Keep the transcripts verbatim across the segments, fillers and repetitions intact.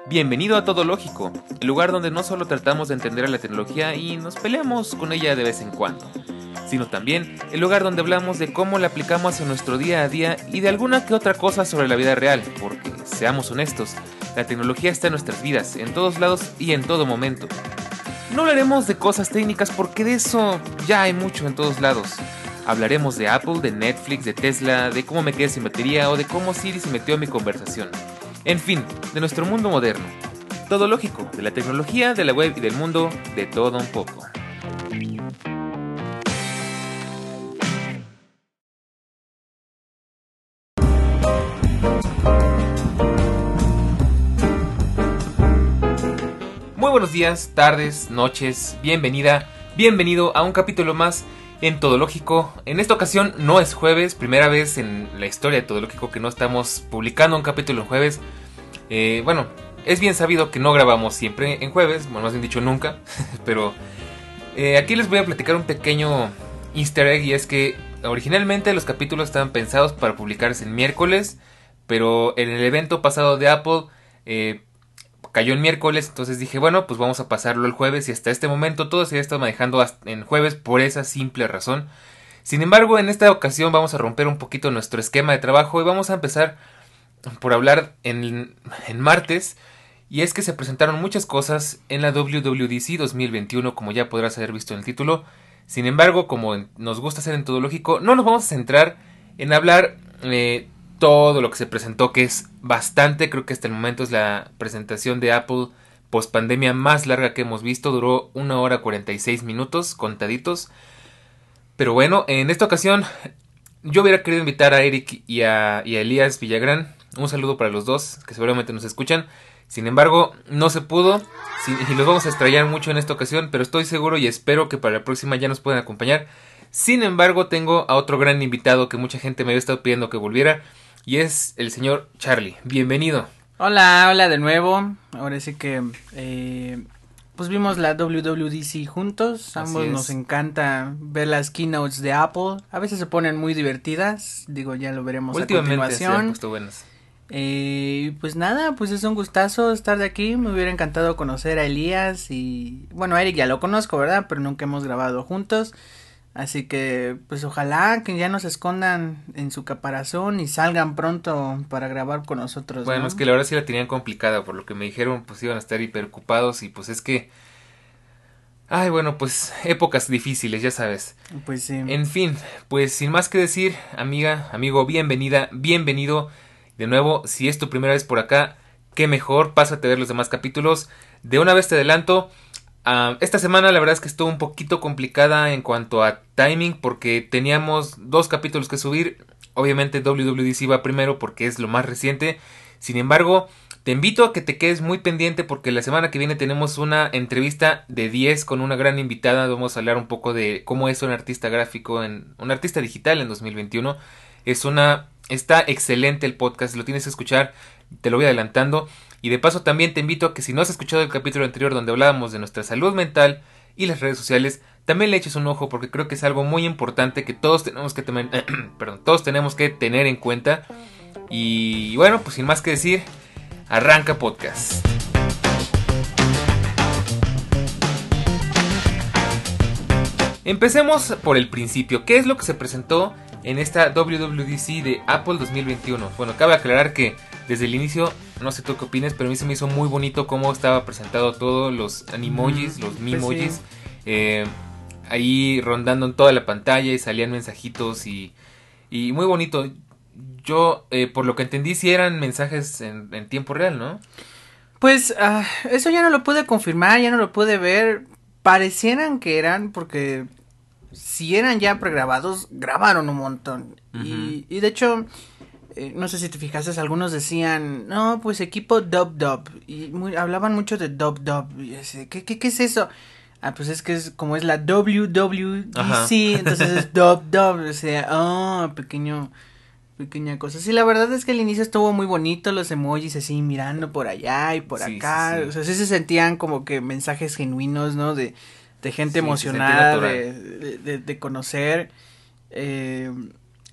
Bienvenido a Todo Lógico, el lugar donde no solo tratamos de entender a la tecnología y nos peleamos con ella de vez en cuando, sino también el lugar donde hablamos de cómo la aplicamos en nuestro día a día y de alguna que otra cosa sobre la vida real, porque, seamos honestos, la tecnología está en nuestras vidas, en todos lados y en todo momento. No hablaremos de cosas técnicas porque de eso ya hay mucho en todos lados. Hablaremos de Apple, de Netflix, de Tesla, de cómo me quedé sin batería o de cómo Siri se metió en mi conversación. En fin, de nuestro mundo moderno. Todo lógico, de la tecnología, de la web y del mundo, de todo un poco. Muy buenos días, tardes, noches, bienvenida, bienvenido a un capítulo más en Todo Lógico. En esta ocasión no es jueves, primera vez en la historia de Todo Lógico que no estamos publicando un capítulo en jueves. Eh, bueno, es bien sabido que no grabamos siempre en jueves, bueno, más bien dicho nunca, pero eh, aquí les voy a platicar un pequeño easter egg, y es que originalmente los capítulos estaban pensados para publicarse en miércoles, pero en el evento pasado de Apple eh, cayó en miércoles, entonces dije, bueno, pues vamos a pasarlo el jueves, y hasta este momento todo se ha estado manejando en jueves por esa simple razón. Sin embargo, en esta ocasión vamos a romper un poquito nuestro esquema de trabajo y vamos a empezar por hablar en, en martes, y es que se presentaron muchas cosas en la W W D C dos mil veintiuno, como ya podrás haber visto en el título. Sin embargo, como nos gusta hacer en Todo Lógico, no nos vamos a centrar en hablar eh, todo lo que se presentó, que es bastante. Creo que hasta el momento es la presentación de Apple post pandemia más larga que hemos visto, duró una hora cuarenta y seis minutos contaditos. Pero bueno, en esta ocasión yo hubiera querido invitar a Eric y a, y a Elías Villagrán. Un saludo para los dos, que seguramente nos escuchan. Sin embargo, no se pudo, y los vamos a extrañar mucho en esta ocasión, pero estoy seguro y espero que para la próxima ya nos puedan acompañar. Sin embargo, tengo a otro gran invitado que mucha gente me había estado pidiendo que volviera, y es el señor Charlie. Bienvenido. Hola, hola de nuevo. Ahora sí que eh, pues vimos la W W D C juntos. Ambos nos encanta ver las keynotes de Apple. A veces se ponen muy divertidas. Digo, ya lo veremos a continuación. Últimamente se han puesto buenas. Eh, pues nada, pues es un gustazo estar de aquí. Me hubiera encantado conocer a Elías y bueno, a Eric ya lo conozco, ¿verdad? Pero nunca hemos grabado juntos. Así que pues ojalá que ya nos escondan en su caparazón y salgan pronto para grabar con nosotros. Bueno, ¿no? Es que la verdad sí la tenían complicada, por lo que me dijeron, pues iban a estar hiper ocupados, y pues es que ay, bueno, pues épocas difíciles, ya sabes. Pues sí. En fin, pues sin más que decir, amiga, amigo, bienvenida, bienvenido. De nuevo, si es tu primera vez por acá, qué mejor, pásate a ver los demás capítulos. De una vez te adelanto, uh, esta semana la verdad es que estuvo un poquito complicada en cuanto a timing, porque teníamos dos capítulos que subir. Obviamente W W D C va primero porque es lo más reciente. Sin embargo, te invito a que te quedes muy pendiente, porque la semana que viene tenemos una entrevista de diez con una gran invitada. Vamos a hablar un poco de cómo es un artista gráfico, en un artista digital en dos mil veintiuno. Es una... Está excelente el podcast, lo tienes que escuchar, te lo voy adelantando. Y de paso también te invito a que si no has escuchado el capítulo anterior donde hablábamos de nuestra salud mental y las redes sociales, también le eches un ojo, porque creo que es algo muy importante que todos tenemos que tener, perdón, todos tenemos que tener en cuenta. Y bueno, pues sin más que decir, arranca podcast. Empecemos por el principio. ¿Qué es lo que se presentó en esta W W D C de Apple dos mil veintiuno? Bueno, cabe aclarar que desde el inicio, no sé tú qué opinas, pero a mí se me hizo muy bonito cómo estaba presentado todo, los animojis, mm, los mimojis, pues sí. eh, ahí rondando en toda la pantalla y salían mensajitos y, y muy bonito. Yo, eh, por lo que entendí, sí eran mensajes en, en tiempo real, ¿no? Pues uh, eso ya no lo pude confirmar, ya no lo pude ver. Parecieran que eran, porque si eran ya pregrabados, grabaron un montón. Uh-huh. Y, y de hecho, eh, no sé si te fijaste, algunos decían, no, pues equipo Dub Dub. Y muy, hablaban mucho de Dub Dub. Y así, ¿qué, qué, ¿qué es eso? Ah, pues es que es como es la W W D C, ajá. Entonces es Dub Dub. O sea, oh, pequeño... pequeña cosa. Sí, la verdad es que el inicio estuvo muy bonito, los emojis así mirando por allá y por sí, acá, sí, sí. O sea, sí se sentían como que mensajes genuinos, ¿no? De, de gente sí, emocionada de, de, de, de conocer. Eh,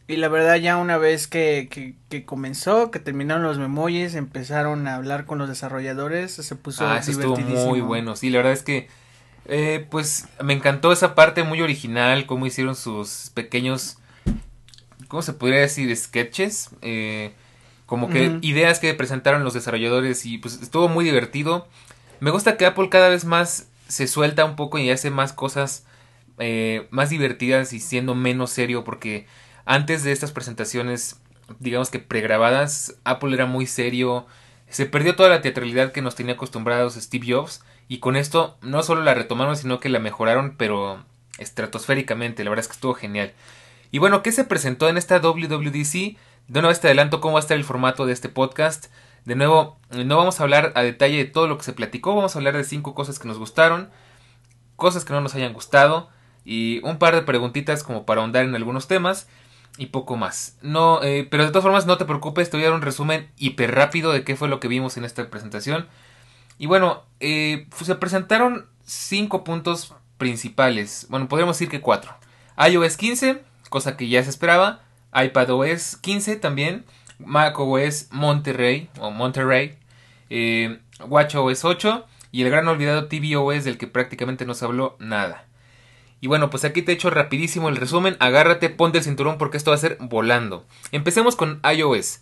Y la verdad ya una vez que, que, que comenzó, que terminaron los memojis, empezaron a hablar con los desarrolladores, se puso Ah, eso estuvo divertidísimo. muy bueno, sí, la verdad es que eh, pues me encantó esa parte muy original, cómo hicieron sus pequeños, ¿cómo se podría decir? Sketches, eh, como que Ujú. ideas que presentaron los desarrolladores y pues estuvo muy divertido. Me gusta que Apple cada vez más se suelta un poco y hace más cosas eh, más divertidas y siendo menos serio porque antes de estas presentaciones, digamos que pregrabadas, Apple era muy serio, se perdió toda la teatralidad que nos tenía acostumbrados Steve Jobs y con esto no solo la retomaron sino que la mejoraron pero estratosféricamente, la verdad es que estuvo genial. Y bueno, ¿qué se presentó en esta W W D C? De una vez te adelanto cómo va a estar el formato de este podcast. De nuevo, no vamos a hablar a detalle de todo lo que se platicó, vamos a hablar de cinco cosas que nos gustaron, cosas que no nos hayan gustado y un par de preguntitas como para ahondar en algunos temas y poco más. No, eh, pero de todas formas no te preocupes, te voy a dar un resumen hiper rápido de qué fue lo que vimos en esta presentación. Y bueno, eh, pues se presentaron cinco puntos principales. Bueno, podríamos decir que cuatro. iOS quince, cosa que ya se esperaba. iPadOS quince también. macOS Monterey o Monterey. Eh, WatchOS ocho. Y el gran olvidado tvOS del que prácticamente no se habló nada. Y bueno, pues aquí te echo rapidísimo el resumen. Agárrate, ponte el cinturón porque esto va a ser volando. Empecemos con iOS.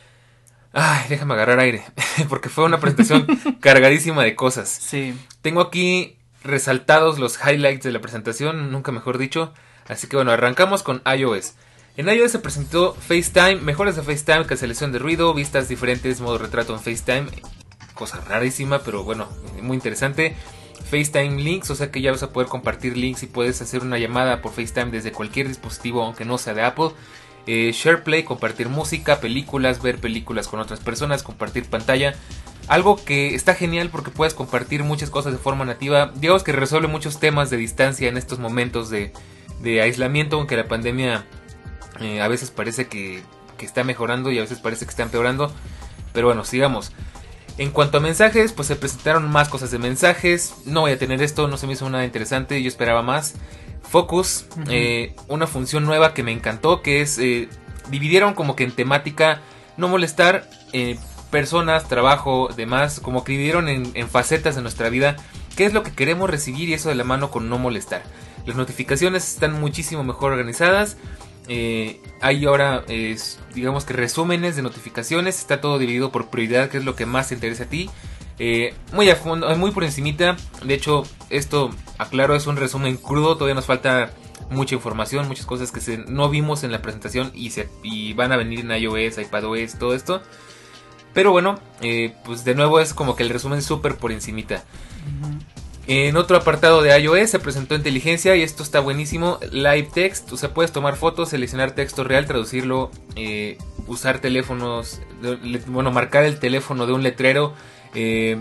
Ay, déjame agarrar aire, porque fue una presentación cargadísima de cosas. Sí. Tengo aquí resaltados los highlights de la presentación, nunca mejor dicho. Así que bueno, arrancamos con iOS. En iOS se presentó FaceTime, mejoras de FaceTime, cancelación de ruido, vistas diferentes, modo retrato en FaceTime. Cosa rarísima, pero bueno, muy interesante. FaceTime Links, o sea que ya vas a poder compartir links y puedes hacer una llamada por FaceTime desde cualquier dispositivo, aunque no sea de Apple. Eh, SharePlay, compartir música, películas, ver películas con otras personas, compartir pantalla. Algo que está genial porque puedes compartir muchas cosas de forma nativa. Digamos que resuelve muchos temas de distancia en estos momentos de, de aislamiento, aunque la pandemia eh, a veces parece que, que está mejorando y a veces parece que está empeorando. Pero bueno, sigamos. En cuanto a mensajes, pues se presentaron más cosas de mensajes. No voy a tener esto, no se me hizo nada interesante, yo esperaba más. Focus, uh-huh. eh, una función nueva que me encantó, que es, eh, dividieron como que en temática, no molestar, eh, personas, trabajo, demás, como que dividieron en, en facetas de nuestra vida, qué es lo que queremos recibir y eso de la mano con no molestar. Las notificaciones están muchísimo mejor organizadas, eh, hay ahora, eh, digamos que resúmenes de notificaciones, está todo dividido por prioridad, que es lo que más te interesa a ti. Eh, muy a fondo, muy por encimita. De hecho, esto, aclaro, es un resumen crudo. Todavía nos falta mucha información, muchas cosas que se, no vimos en la presentación y, se, y van a venir en iOS, iPadOS, todo esto. Pero bueno, eh, pues de nuevo es como que el resumen es súper por encimita. Uh-huh. En otro apartado de iOS se presentó inteligencia y esto está buenísimo. Live Text, o sea, puedes tomar fotos, seleccionar texto real, traducirlo, eh, usar teléfonos, de, bueno, marcar el teléfono de un letrero. Eh,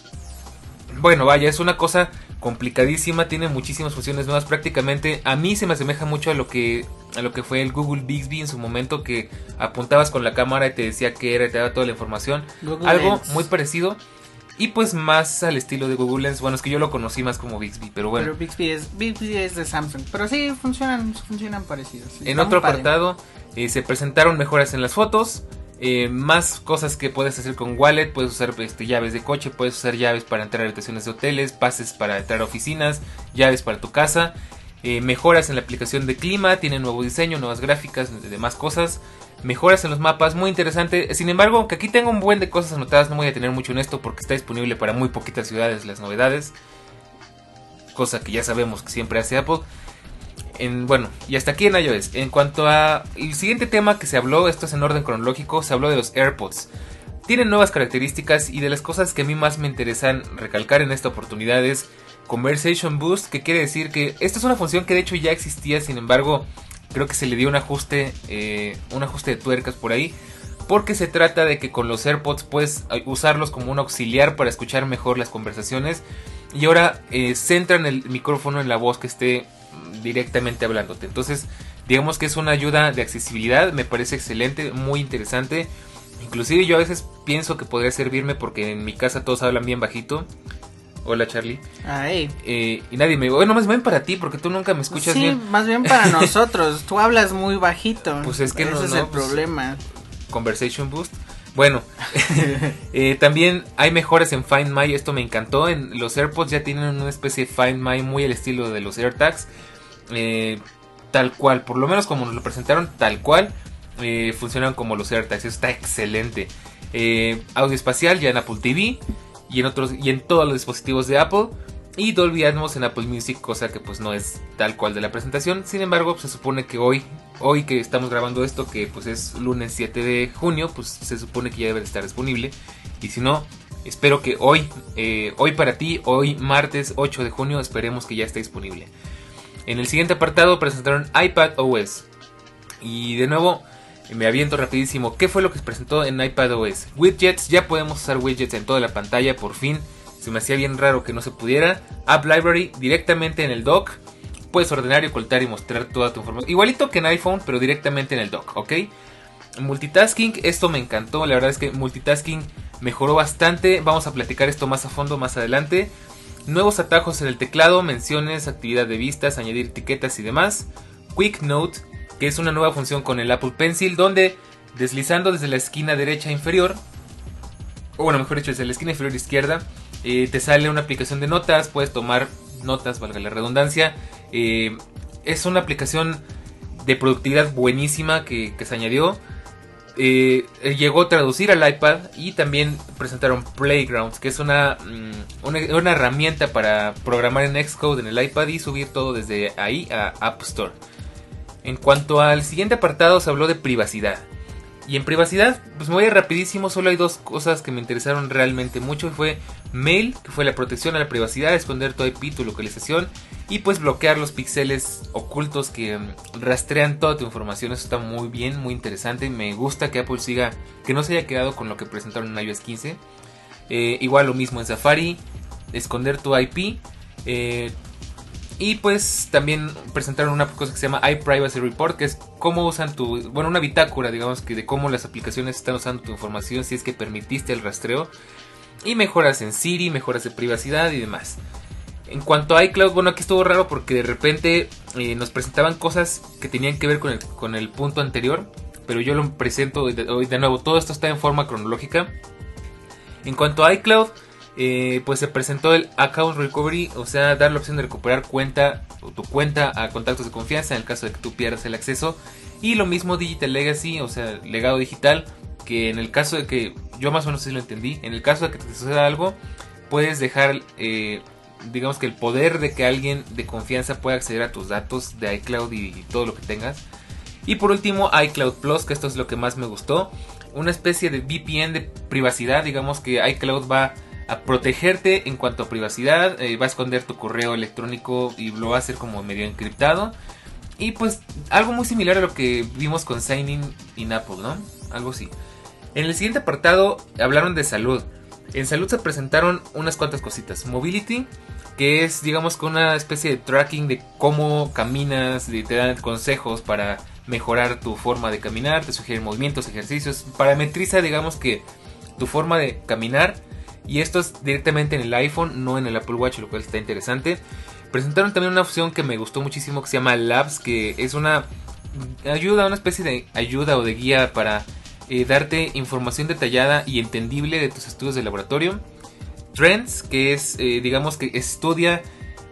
bueno, vaya, es una cosa complicadísima, tiene muchísimas funciones nuevas. Prácticamente a mí se me asemeja mucho a lo que a lo que fue el Google Bixby en su momento, que apuntabas con la cámara y te decía qué era y te daba toda la información. Google Algo Lens. Muy parecido y pues más al estilo de Google Lens. Bueno, es que yo lo conocí más como Bixby, pero bueno. Pero Bixby es, Bixby es de Samsung, pero sí funcionan, funcionan parecidos. Sí, en otro apartado eh, se presentaron mejoras en las fotos. Eh, más cosas que puedes hacer con Wallet. Puedes usar este, llaves de coche, puedes usar llaves para entrar a habitaciones de hoteles, pases para entrar a oficinas, llaves para tu casa. Eh, mejoras en la aplicación de clima, tiene nuevo diseño, nuevas gráficas, demás cosas. Mejoras en los mapas, muy interesante. Sin embargo, aunque aquí tengo un buen de cosas anotadas, no voy a tener mucho en esto porque está disponible para muy poquitas ciudades las novedades. Cosa que ya sabemos que siempre hace Apple. En, bueno, y hasta aquí en iOS. En cuanto a el siguiente tema que se habló, esto es en orden cronológico, se habló de los AirPods. Tienen nuevas características y de las cosas que a mí más me interesan recalcar en esta oportunidad es Conversation Boost, que quiere decir que esta es una función que de hecho ya existía, sin embargo creo que se le dio un ajuste, eh, un ajuste de tuercas por ahí, porque se trata de que con los AirPods puedes usarlos como un auxiliar para escuchar mejor las conversaciones y ahora eh, centran el micrófono en la voz que esté directamente hablándote. Entonces digamos que es una ayuda de accesibilidad, me parece excelente, muy interesante. Inclusive yo a veces pienso que podría servirme porque en mi casa todos hablan bien bajito. Hola, Charlie. Ay. Eh, y nadie me... Bueno, más bien para ti, porque tú nunca me escuchas sí, bien. Sí, más bien para nosotros. Tú hablas muy bajito. Pues es que Ese no, es no, el pues, problema. Conversation Boost. Bueno, eh, también hay mejoras en Find My. Esto me encantó. En los AirPods ya tienen una especie de Find My muy al estilo de los AirTags. Eh, tal cual, por lo menos como nos lo presentaron, tal cual. Eh, funcionan como los AirTags. Eso está excelente. Eh, audio espacial ya en Apple T V y en otros y en todos los dispositivos de Apple, y Dolby Atmos en Apple Music, cosa que pues no es tal cual de la presentación. Sin embargo, pues, se supone que hoy hoy que estamos grabando esto, que pues es lunes siete de junio, pues se supone que ya debe de estar disponible, y si no, espero que hoy eh, hoy para ti, hoy martes ocho de junio, esperemos que ya esté disponible. En el siguiente apartado presentaron iPad O S, y de nuevo me aviento rapidísimo. ¿Qué fue lo que se presentó en iPadOS? Widgets, ya podemos usar widgets en toda la pantalla, por fin. Se me hacía bien raro que no se pudiera. App Library directamente en el dock. Puedes ordenar y ocultar y mostrar toda tu información. Igualito que en iPhone, pero directamente en el dock, ¿ok? Multitasking, esto me encantó. La verdad es que multitasking mejoró bastante. Vamos a platicar esto más a fondo más adelante. Nuevos atajos en el teclado, menciones, actividad de vistas, añadir etiquetas y demás. Quick Note, que es una nueva función con el Apple Pencil, donde deslizando desde la esquina derecha inferior, o bueno, mejor dicho, desde la esquina inferior izquierda, eh, te sale una aplicación de notas, puedes tomar notas, valga la redundancia. Eh, es una aplicación de productividad buenísima que, que se añadió. Eh, llegó a traducir al iPad, y también presentaron Playgrounds, que es una, una, una herramienta para programar en Xcode en el iPad y subir todo desde ahí a App Store. En cuanto al siguiente apartado, se habló de privacidad. Y en privacidad, pues me voy a ir rapidísimo. Solo hay dos cosas que me interesaron realmente mucho. Fue Mail, que fue la protección a la privacidad, esconder tu I P, tu localización, y pues bloquear los píxeles ocultos que um, rastrean toda tu información. Eso está muy bien, muy interesante. Me gusta que Apple siga, que no se haya quedado con lo que presentaron en iOS quince. Eh, igual lo mismo en Safari, esconder tu I P. Eh, Y pues también presentaron una cosa que se llama iPrivacy Report, que es cómo usan tu, bueno, una bitácora, digamos, que de cómo las aplicaciones están usando tu información, si es que permitiste el rastreo. Y mejoras en Siri, mejoras de privacidad y demás. En cuanto a iCloud, bueno, aquí estuvo raro porque de repente eh, nos presentaban cosas que tenían que ver con el, con el punto anterior, pero yo lo presento hoy de, hoy de nuevo. Todo esto está en forma cronológica. En cuanto a iCloud, Eh, pues se presentó el Account Recovery, o sea, dar la opción de recuperar cuenta o tu cuenta a contactos de confianza en el caso de que tú pierdas el acceso. Y lo mismo Digital Legacy, o sea, legado digital, que en el caso de que, yo más o menos sí lo entendí, en el caso de que te suceda algo, puedes dejar, eh, digamos que el poder de que alguien de confianza pueda acceder a tus datos de iCloud y, y todo lo que tengas. Y por último, iCloud Plus, que esto es lo que más me gustó, una especie de V P N de privacidad. Digamos que iCloud va a protegerte en cuanto a privacidad, eh, va a esconder tu correo electrónico y lo va a hacer como medio encriptado. Y pues algo muy similar a lo que vimos con Sign In in Apple, ¿no? Algo así. En el siguiente apartado hablaron de salud. En salud se presentaron unas cuantas cositas. Mobility, que es digamos que una especie de tracking de cómo caminas, de, te dan consejos para mejorar tu forma de caminar, te sugieren movimientos, ejercicios, parametriza digamos que tu forma de caminar. Y esto es directamente en el iPhone, no en el Apple Watch, lo cual está interesante. Presentaron también una opción que me gustó muchísimo, que se llama Labs, que es una ayuda, una especie de ayuda o de guía para eh, darte información detallada y entendible de tus estudios de laboratorio. Trends, que es, eh, digamos que estudia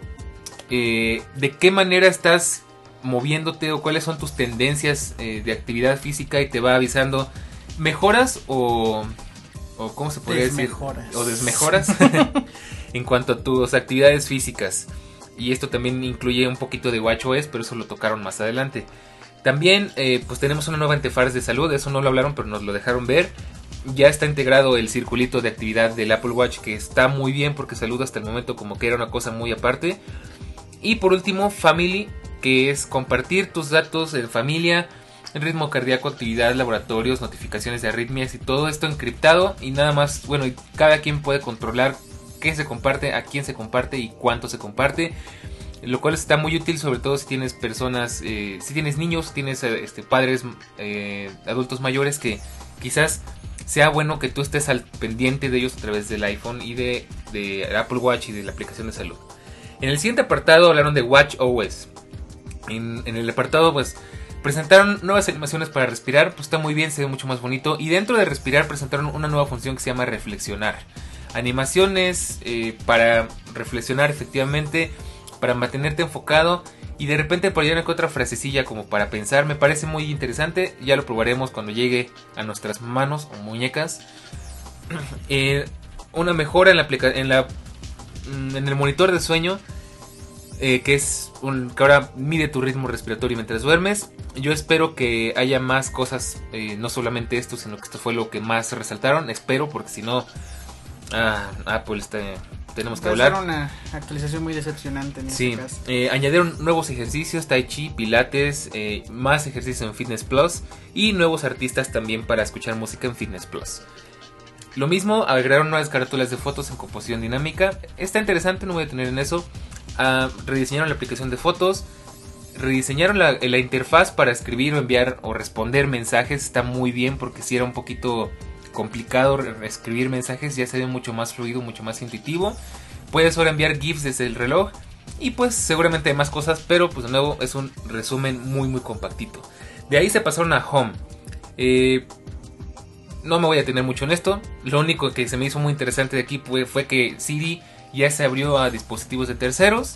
eh, de qué manera estás moviéndote o cuáles son tus tendencias eh, de actividad física, y te va avisando mejoras o... o cómo se podría decir, o desmejoras en cuanto a tus actividades físicas. Y esto también incluye un poquito de watchOS, pero eso lo tocaron más adelante. También eh, pues tenemos una nueva interfaz de salud, eso no lo hablaron pero nos lo dejaron ver. Ya está integrado el circulito de actividad del Apple Watch, que está muy bien porque salud hasta el momento como que era una cosa muy aparte. Y por último Family, que es compartir tus datos en familia, ritmo cardíaco, actividad, laboratorios, notificaciones de arritmias y todo esto encriptado. Y nada más, bueno, y cada quien puede controlar qué se comparte, a quién se comparte y cuánto se comparte, lo cual está muy útil, sobre todo si tienes personas, eh, si tienes niños, tienes este, padres, eh, adultos mayores que quizás sea bueno que tú estés al pendiente de ellos a través del iPhone y de, de Apple Watch y de la aplicación de salud. En el siguiente apartado hablaron de WatchOS. En, en el apartado pues presentaron nuevas animaciones para respirar, pues está muy bien, se ve mucho más bonito. Y dentro de respirar presentaron una nueva función que se llama reflexionar. Animaciones eh, para reflexionar efectivamente, para mantenerte enfocado. Y de repente por ahí una que otra frasecilla como para pensar, me parece muy interesante. Ya lo probaremos cuando llegue a nuestras manos o muñecas. Eh, una mejora en la, aplica- en, la en el monitor de sueño, eh, que es un, que ahora mide tu ritmo respiratorio mientras duermes. Yo espero que haya más cosas, eh, no solamente esto, sino que esto fue lo que más resaltaron. Espero, porque si no, ah, Apple está... tenemos que Va hablar. a ser una actualización muy decepcionante en sí, este caso. Eh, añadieron nuevos ejercicios, Tai Chi, Pilates, eh, más ejercicios en Fitness Plus y nuevos artistas también para escuchar música en Fitness Plus. Lo mismo, agregaron nuevas carátulas de fotos en composición dinámica. Está interesante, no voy a tener en eso. Uh, rediseñaron la aplicación de fotos. Rediseñaron la, la interfaz para escribir o enviar o responder mensajes. Está muy bien porque si era un poquito complicado escribir mensajes, ya se ve mucho más fluido, mucho más intuitivo. Puedes ahora enviar GIFs desde el reloj y pues seguramente hay más cosas, pero pues de nuevo es un resumen muy muy compactito. De ahí se pasaron a Home. Eh, no me voy a tener mucho en esto. Lo único que se me hizo muy interesante de aquí fue, fue que Siri ya se abrió a dispositivos de terceros.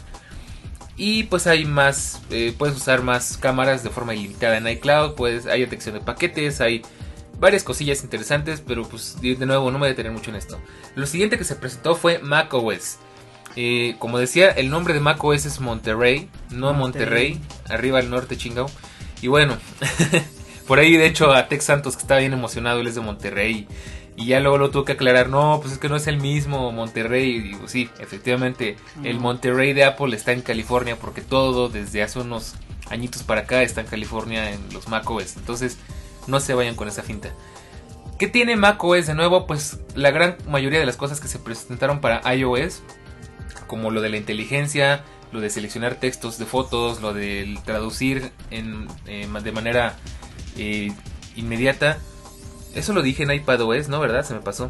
Y pues hay más, eh, puedes usar más cámaras de forma ilimitada en iCloud, pues hay detección de paquetes, hay varias cosillas interesantes, pero pues de nuevo no me voy a detener mucho en esto. Lo siguiente que se presentó fue macOS. Eh, como decía, el nombre de macOS es Monterrey, no Monterrey, Monterrey arriba al norte chingao. Y bueno, por ahí de hecho a Tex Santos, que estaba bien emocionado, él es de Monterrey. Y ya luego lo tuve que aclarar, no, pues es que no es el mismo Monterrey. Y digo, sí, efectivamente, mm. el Monterrey de Apple está en California, porque todo desde hace unos añitos para acá está en California en los macOS. Entonces, no se vayan con esa finta. ¿Qué tiene macOS de nuevo? Pues la gran mayoría de las cosas que se presentaron para iOS, como lo de la inteligencia, lo de seleccionar textos de fotos, lo de traducir en, eh, de manera eh, inmediata. Eso lo dije en iPadOS, ¿no? ¿Verdad? Se me pasó.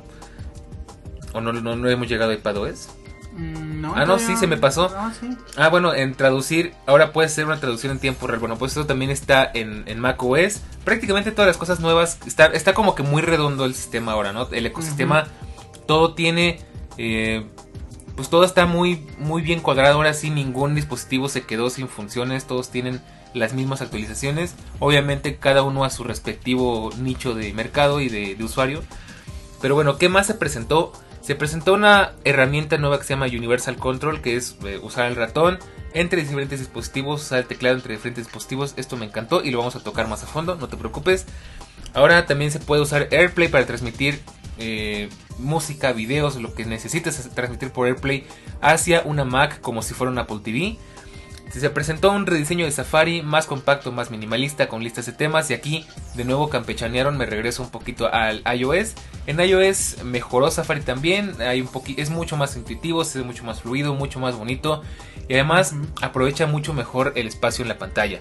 ¿O no, no, no hemos llegado a iPadOS? Mm, no. Ah, no, sí, se me pasó. No, sí. Ah, bueno, en traducir, ahora puedes hacer una traducción en tiempo real. Bueno, pues eso también está en, en macOS. Prácticamente todas las cosas nuevas. Está, está como que muy redondo el sistema ahora, ¿no? El ecosistema, uh-huh. todo tiene... Eh, pues todo está muy, muy bien cuadrado. Ahora sí, ningún dispositivo se quedó sin funciones. Todos tienen las mismas actualizaciones, obviamente cada uno a su respectivo nicho de mercado y de, de usuario. Pero bueno, ¿qué más se presentó? Se presentó una herramienta nueva que se llama Universal Control, que es eh, usar el ratón entre diferentes dispositivos, usar el teclado entre diferentes dispositivos. Esto me encantó y lo vamos a tocar más a fondo, no te preocupes. Ahora también se puede usar AirPlay para transmitir eh, música, videos, lo que necesites transmitir por AirPlay hacia una Mac como si fuera un Apple T V. Se presentó un rediseño de Safari más compacto, más minimalista, con listas de temas. Y aquí de nuevo campechanearon, me regreso un poquito al iOS. En iOS mejoró Safari también, hay un poqu- es mucho más intuitivo, es mucho más fluido, mucho más bonito. Y además uh-huh. aprovecha mucho mejor el espacio en la pantalla.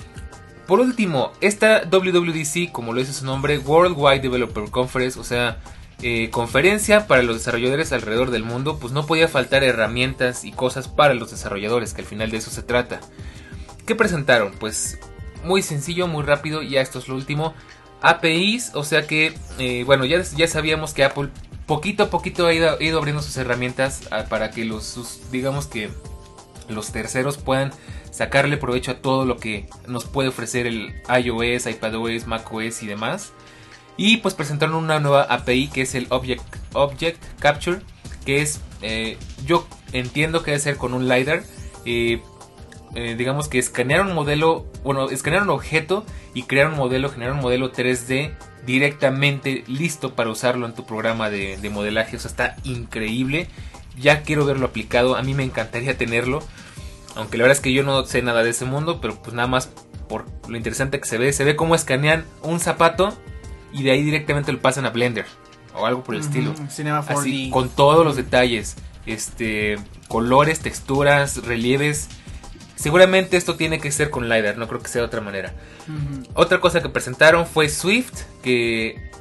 Por último, esta W W D C, como lo dice su nombre, Worldwide Developer Conference, o sea... Eh, conferencia para los desarrolladores alrededor del mundo, pues no podía faltar herramientas y cosas para los desarrolladores, que al final de eso se trata. ¿Qué presentaron? Pues muy sencillo, muy rápido, ya esto es lo último. A P Is, o sea que, eh, bueno, ya, ya sabíamos que Apple poquito a poquito ha ido, ha ido abriendo sus herramientas a, para que los, sus, digamos que los terceros puedan sacarle provecho a todo lo que nos puede ofrecer el iOS, iPadOS, macOS y demás. Y pues presentaron una nueva A P I que es el Object, Object Capture, que es, eh, yo entiendo que debe ser con un LiDAR, eh, eh, digamos que escanear un modelo, bueno, escanear un objeto y crear un modelo, generar un modelo tres D directamente listo para usarlo en tu programa de, de modelaje. O sea, está increíble, ya quiero verlo aplicado, a mí me encantaría tenerlo, aunque la verdad es que yo no sé nada de ese mundo, pero pues nada más por lo interesante que se ve, se ve cómo escanean un zapato y de ahí directamente lo pasan a Blender o algo por el uh-huh, estilo. Cinema cuatro D. Así, con todos los detalles, este, colores, texturas, relieves. Seguramente esto tiene que ser con LiDAR, no creo que sea de otra manera. Uh-huh. Otra cosa que presentaron fue Swift, que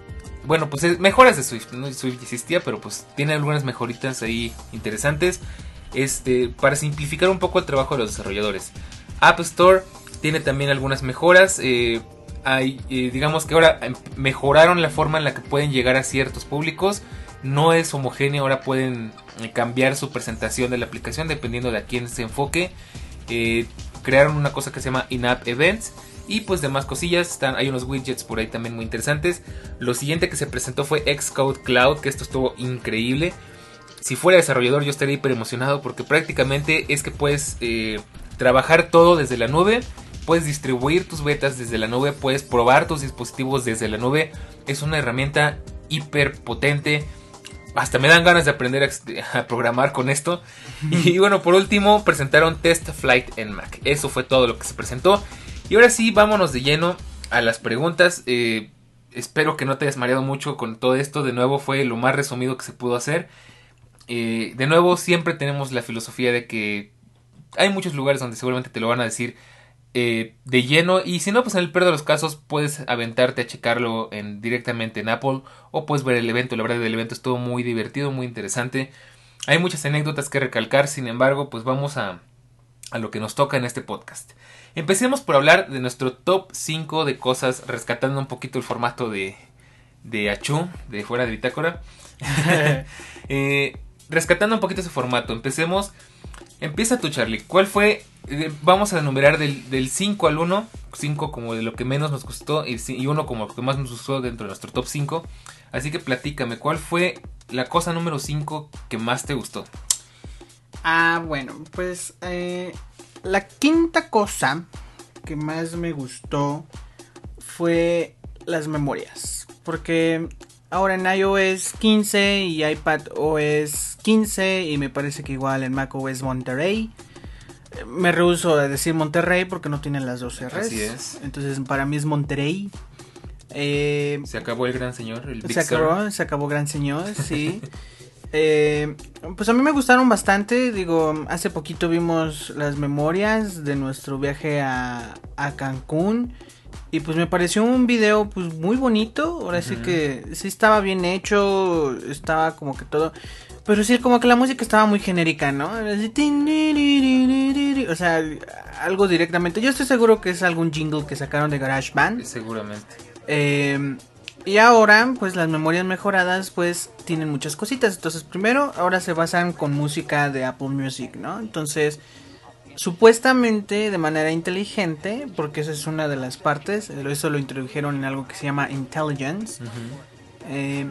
bueno, pues es, mejoras de Swift, ¿no? Swift existía, pero pues tiene algunas mejoritas ahí interesantes. Este, para simplificar un poco el trabajo de los desarrolladores. App Store tiene también algunas mejoras. Eh, hay, eh, digamos que ahora mejoraron la forma en la que pueden llegar a ciertos públicos. No es homogéneo, ahora pueden cambiar su presentación de la aplicación dependiendo de a quién se enfoque. Eh, crearon una cosa que se llama In-App Events. Y pues demás cosillas, están, hay unos widgets por ahí también muy interesantes. Lo siguiente que se presentó fue Xcode Cloud, que esto estuvo increíble. Si fuera desarrollador yo estaría hiper emocionado porque prácticamente es que puedes eh, trabajar todo desde la nube. Puedes distribuir tus betas desde la nube, puedes probar tus dispositivos desde la nube. Es una herramienta hiper potente. Hasta me dan ganas de aprender a, a programar con esto. Y bueno, por último presentaron Test Flight en Mac. Eso fue todo lo que se presentó. Y ahora sí, vámonos de lleno a las preguntas. Eh, espero que no te hayas mareado mucho con todo esto. De nuevo fue lo más resumido que se pudo hacer. Eh, de nuevo siempre tenemos la filosofía de que hay muchos lugares donde seguramente te lo van a decir eh, de lleno. Y si no, pues en el peor de los casos puedes aventarte a checarlo en, directamente en Apple. O puedes ver el evento. La verdad el evento estuvo muy divertido, muy interesante. Hay muchas anécdotas que recalcar. Sin embargo, pues vamos a, a lo que nos toca en este podcast. Empecemos por hablar de nuestro top cinco de cosas, rescatando un poquito el formato de, de Achú, de Fuera de Bitácora. eh, rescatando un poquito ese formato, empecemos. Empieza tú, Charlie. ¿Cuál fue? Eh, vamos a enumerar del, del cinco al uno. cinco como de lo que menos nos gustó y, y uno como lo que más nos gustó dentro de nuestro top cinco. Así que platícame, ¿cuál fue la cosa número cinco que más te gustó? Ah, bueno, pues... Eh... La quinta cosa que más me gustó fue las memorias. Porque ahora en iOS quince y iPadOS quince y me parece que igual en macOS Monterey. Me rehúso a decir Monterrey porque no tienen las dos R's. Así es. Entonces para mí es Monterey. Eh, se acabó el gran señor, el Big se acabó, Sur. se acabó gran señor, sí. Eh, pues a mí me gustaron bastante. Digo, hace poquito vimos las memorias de nuestro viaje a, a Cancún. Y pues me pareció un video pues muy bonito. Ahora uh-huh. sí que sí estaba bien hecho. Estaba como que todo. Pero sí, como que la música estaba muy genérica, ¿no? O sea, algo directamente. Yo estoy seguro que es algún jingle que sacaron de GarageBand. Seguramente. Eh... Y ahora, pues las memorias mejoradas, pues tienen muchas cositas. Entonces, primero, ahora se basan con música de Apple Music, ¿no? Entonces, supuestamente de manera inteligente, porque esa es una de las partes, eso lo introdujeron en algo que se llama Intelligence. Uh-huh. Eh,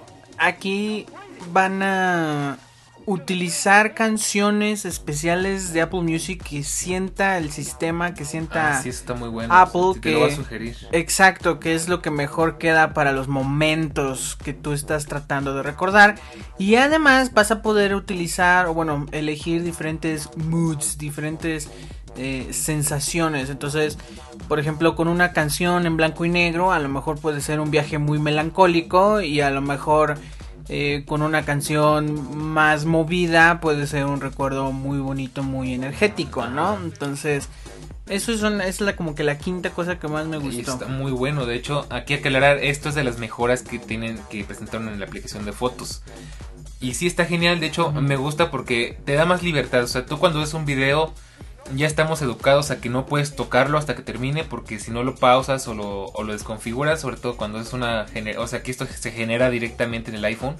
aquí van a utilizar canciones especiales de Apple Music que sienta el sistema, que sienta ah, sí, está muy bueno. Apple, o sea, te que lo va a sugerir. Exacto, que es lo que mejor queda para los momentos que tú estás tratando de recordar. Y además vas a poder utilizar, o bueno, elegir diferentes moods, diferentes eh, sensaciones. Entonces, por ejemplo, con una canción en blanco y negro, a lo mejor puede ser un viaje muy melancólico y a lo mejor... Eh, con una canción más movida puede ser un recuerdo muy bonito, muy energético, ¿no? Entonces, eso es, una, es la, como que la quinta cosa que más me gustó. Y está muy bueno, de hecho, aquí hay que aclarar, esto es de las mejoras que tienen, que presentaron en la aplicación de fotos. Y sí está genial, de hecho, uh-huh. me gusta porque te da más libertad. O sea, tú cuando ves un video, ya estamos educados a que no puedes tocarlo hasta que termine, porque si no lo pausas o lo, o lo desconfiguras, sobre todo cuando es una... Gener- o sea, que esto se genera directamente en el iPhone.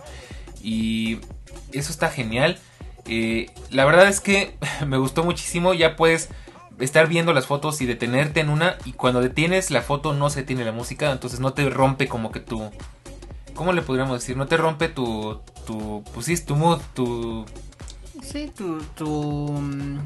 Y eso está genial. Eh, la verdad es que me gustó muchísimo. Ya puedes estar viendo las fotos y detenerte en una, y cuando detienes la foto no se detiene la música, entonces no te rompe como que tu... ¿Cómo le podríamos decir? No te rompe tu... tu pues sí, tu mood, tu... Sí, tu, tu,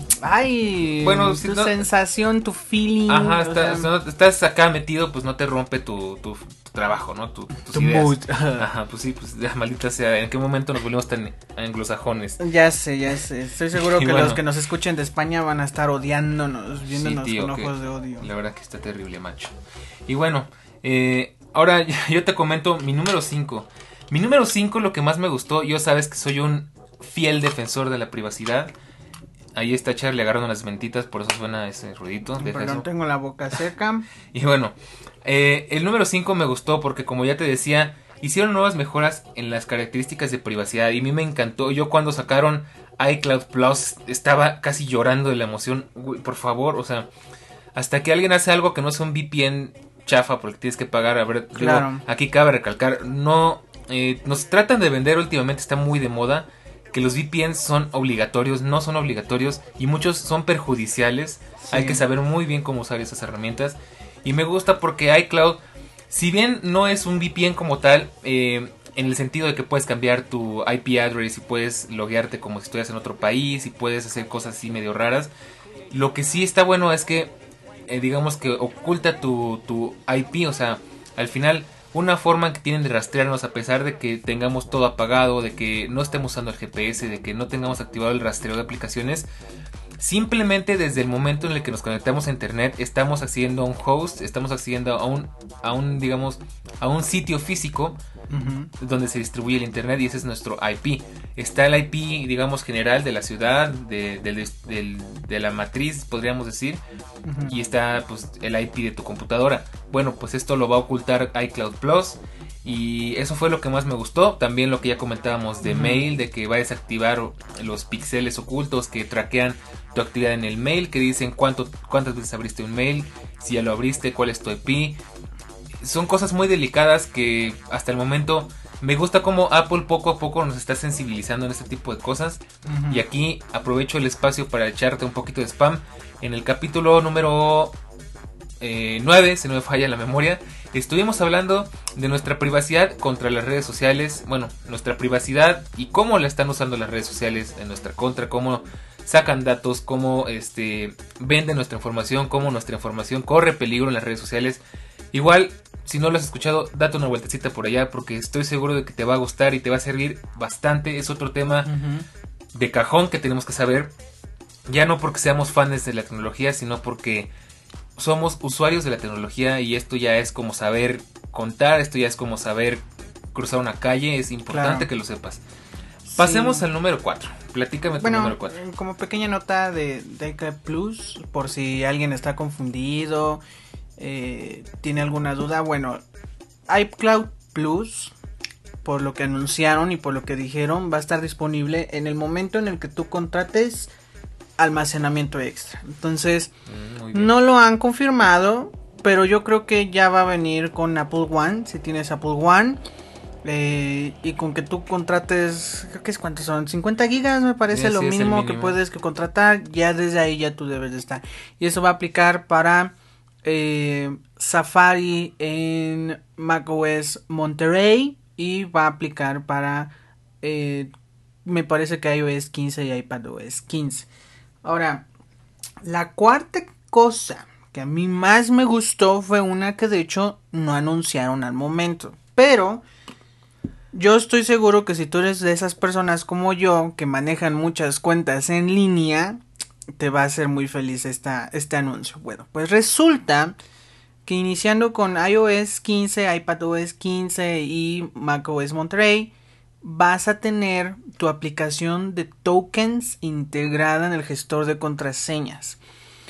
ay, bueno, tu si no, sensación, tu feeling. Ajá, está, sea, o sea, estás acá metido, pues no te rompe tu, tu, tu trabajo, ¿no? Tu, tus tu ideas. mood. Ajá, pues sí, pues ya maldita sea, ¿en qué momento nos volvimos tan anglosajones? Ya sé, ya sé, estoy seguro que bueno, los que nos escuchen de España van a estar odiándonos, viéndonos sí, tío, con ojos de odio. La verdad que está terrible, macho. Y bueno, eh, ahora yo te comento mi número cinco. Mi número cinco, lo que más me gustó, yo sabes que soy un fiel defensor de la privacidad. Ahí está Charlie agarrando las mentitas, por eso suena ese ruidito. Perdón, eso. Tengo la boca seca. Y bueno, eh, el número cinco me gustó porque, como ya te decía, hicieron nuevas mejoras en las características de privacidad y a mí me encantó. Yo cuando sacaron iCloud Plus estaba casi llorando de la emoción. Uy, por favor, o sea, hasta que alguien hace algo que no sea un V P N chafa porque tienes que pagar. A ver, claro. Digo, aquí cabe recalcar, no eh, nos tratan de vender últimamente, está muy de moda que los V P Ns son obligatorios, no son obligatorios y muchos son perjudiciales. Sí. Hay que saber muy bien cómo usar esas herramientas y me gusta porque iCloud, si bien no es un V P N como tal, eh, en el sentido de que puedes cambiar tu I P address y puedes loguearte como si estuvieras en otro país y puedes hacer cosas así medio raras, lo que sí está bueno es que eh, digamos que oculta tu, tu I P, o sea, al final una forma que tienen de rastrearnos a pesar de que tengamos todo apagado, de que no estemos usando el G P S, de que no tengamos activado el rastreo de aplicaciones. Simplemente desde el momento en el que nos conectamos a internet estamos accediendo a un host, estamos accediendo a un, a un digamos, a un sitio físico uh-huh. donde se distribuye el internet y ese es nuestro I P. Está el I P, digamos, general de la ciudad, de, de, de, de, de la matriz, podríamos decir, uh-huh. y está pues el I P de tu computadora. Bueno, pues esto lo va a ocultar iCloud Plus. Y eso fue lo que más me gustó. También lo que ya comentábamos de uh-huh. mail, de que va a desactivar los píxeles ocultos que traquean tu actividad en el mail, que dicen cuánto, cuántas veces abriste un mail, si ya lo abriste, cuál es tu I P. Son cosas muy delicadas que hasta el momento me gusta cómo Apple poco a poco nos está sensibilizando en este tipo de cosas. Uh-huh. Y aquí aprovecho el espacio para echarte un poquito de spam. En el capítulo número Eh, nueve, si no me falla la memoria, estuvimos hablando de nuestra privacidad contra las redes sociales. Bueno, nuestra privacidad y cómo la están usando las redes sociales en nuestra contra, cómo sacan datos, cómo este, venden nuestra información, cómo nuestra información corre peligro en las redes sociales. Igual, si no lo has escuchado, date una vueltecita por allá porque estoy seguro de que te va a gustar y te va a servir bastante. Es otro tema uh-huh. de cajón que tenemos que saber, ya no porque seamos fans de la tecnología, sino porque somos usuarios de la tecnología y esto ya es como saber contar, esto ya es como saber cruzar una calle, es importante claro. que lo sepas. Pasemos sí. al número cuatro, platícame bueno, tu número cuatro. Como pequeña nota de, de iCloud Plus, por si alguien está confundido, eh, tiene alguna duda, bueno, iCloud Plus, por lo que anunciaron y por lo que dijeron, va a estar disponible en el momento en el que tú contrates almacenamiento extra. Entonces mm, no lo han confirmado, pero yo creo que ya va a venir con Apple One. Si tienes Apple One eh, y con que tú contrates, creo que es cuántos son, cincuenta gigas me parece sí, lo sí, mínimo que puedes que contratar, ya desde ahí ya tú debes de estar. Y eso va a aplicar para eh, Safari en macOS Monterey y va a aplicar para eh, me parece que iOS quince y iPadOS quince. Ahora, la cuarta cosa que a mí más me gustó fue una que de hecho no anunciaron al momento. Pero yo estoy seguro que si tú eres de esas personas como yo que manejan muchas cuentas en línea, te va a hacer muy feliz esta, este anuncio. Bueno, pues resulta que iniciando con iOS quince, iPadOS quince y macOS Monterey, vas a tener tu aplicación de tokens integrada en el gestor de contraseñas.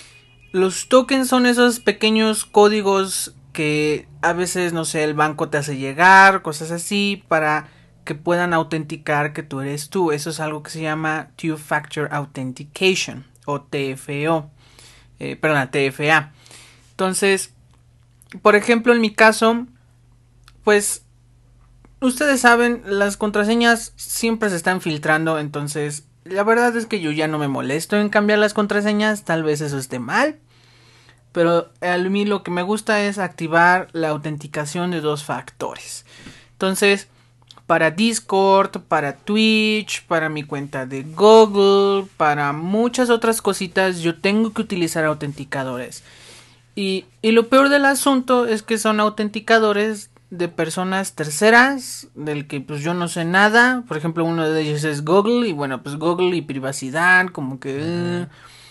Los tokens son esos pequeños códigos que a veces, no sé, el banco te hace llegar, cosas así, para que puedan autenticar que tú eres tú. Eso es algo que se llama Two Factor Authentication o T F O, eh, perdón, T F A. Entonces, por ejemplo, en mi caso, pues ustedes saben, las contraseñas siempre se están filtrando, entonces la verdad es que yo ya no me molesto en cambiar las contraseñas, tal vez eso esté mal, pero a mí lo que me gusta es activar la autenticación de dos factores. Entonces, para Discord, para Twitch, para mi cuenta de Google, para muchas otras cositas, yo tengo que utilizar autenticadores. Y, y lo peor del asunto es que son autenticadores de personas terceras, del que pues yo no sé nada. Por ejemplo, uno de ellos es Google, y bueno, pues Google y privacidad, como que... Uh.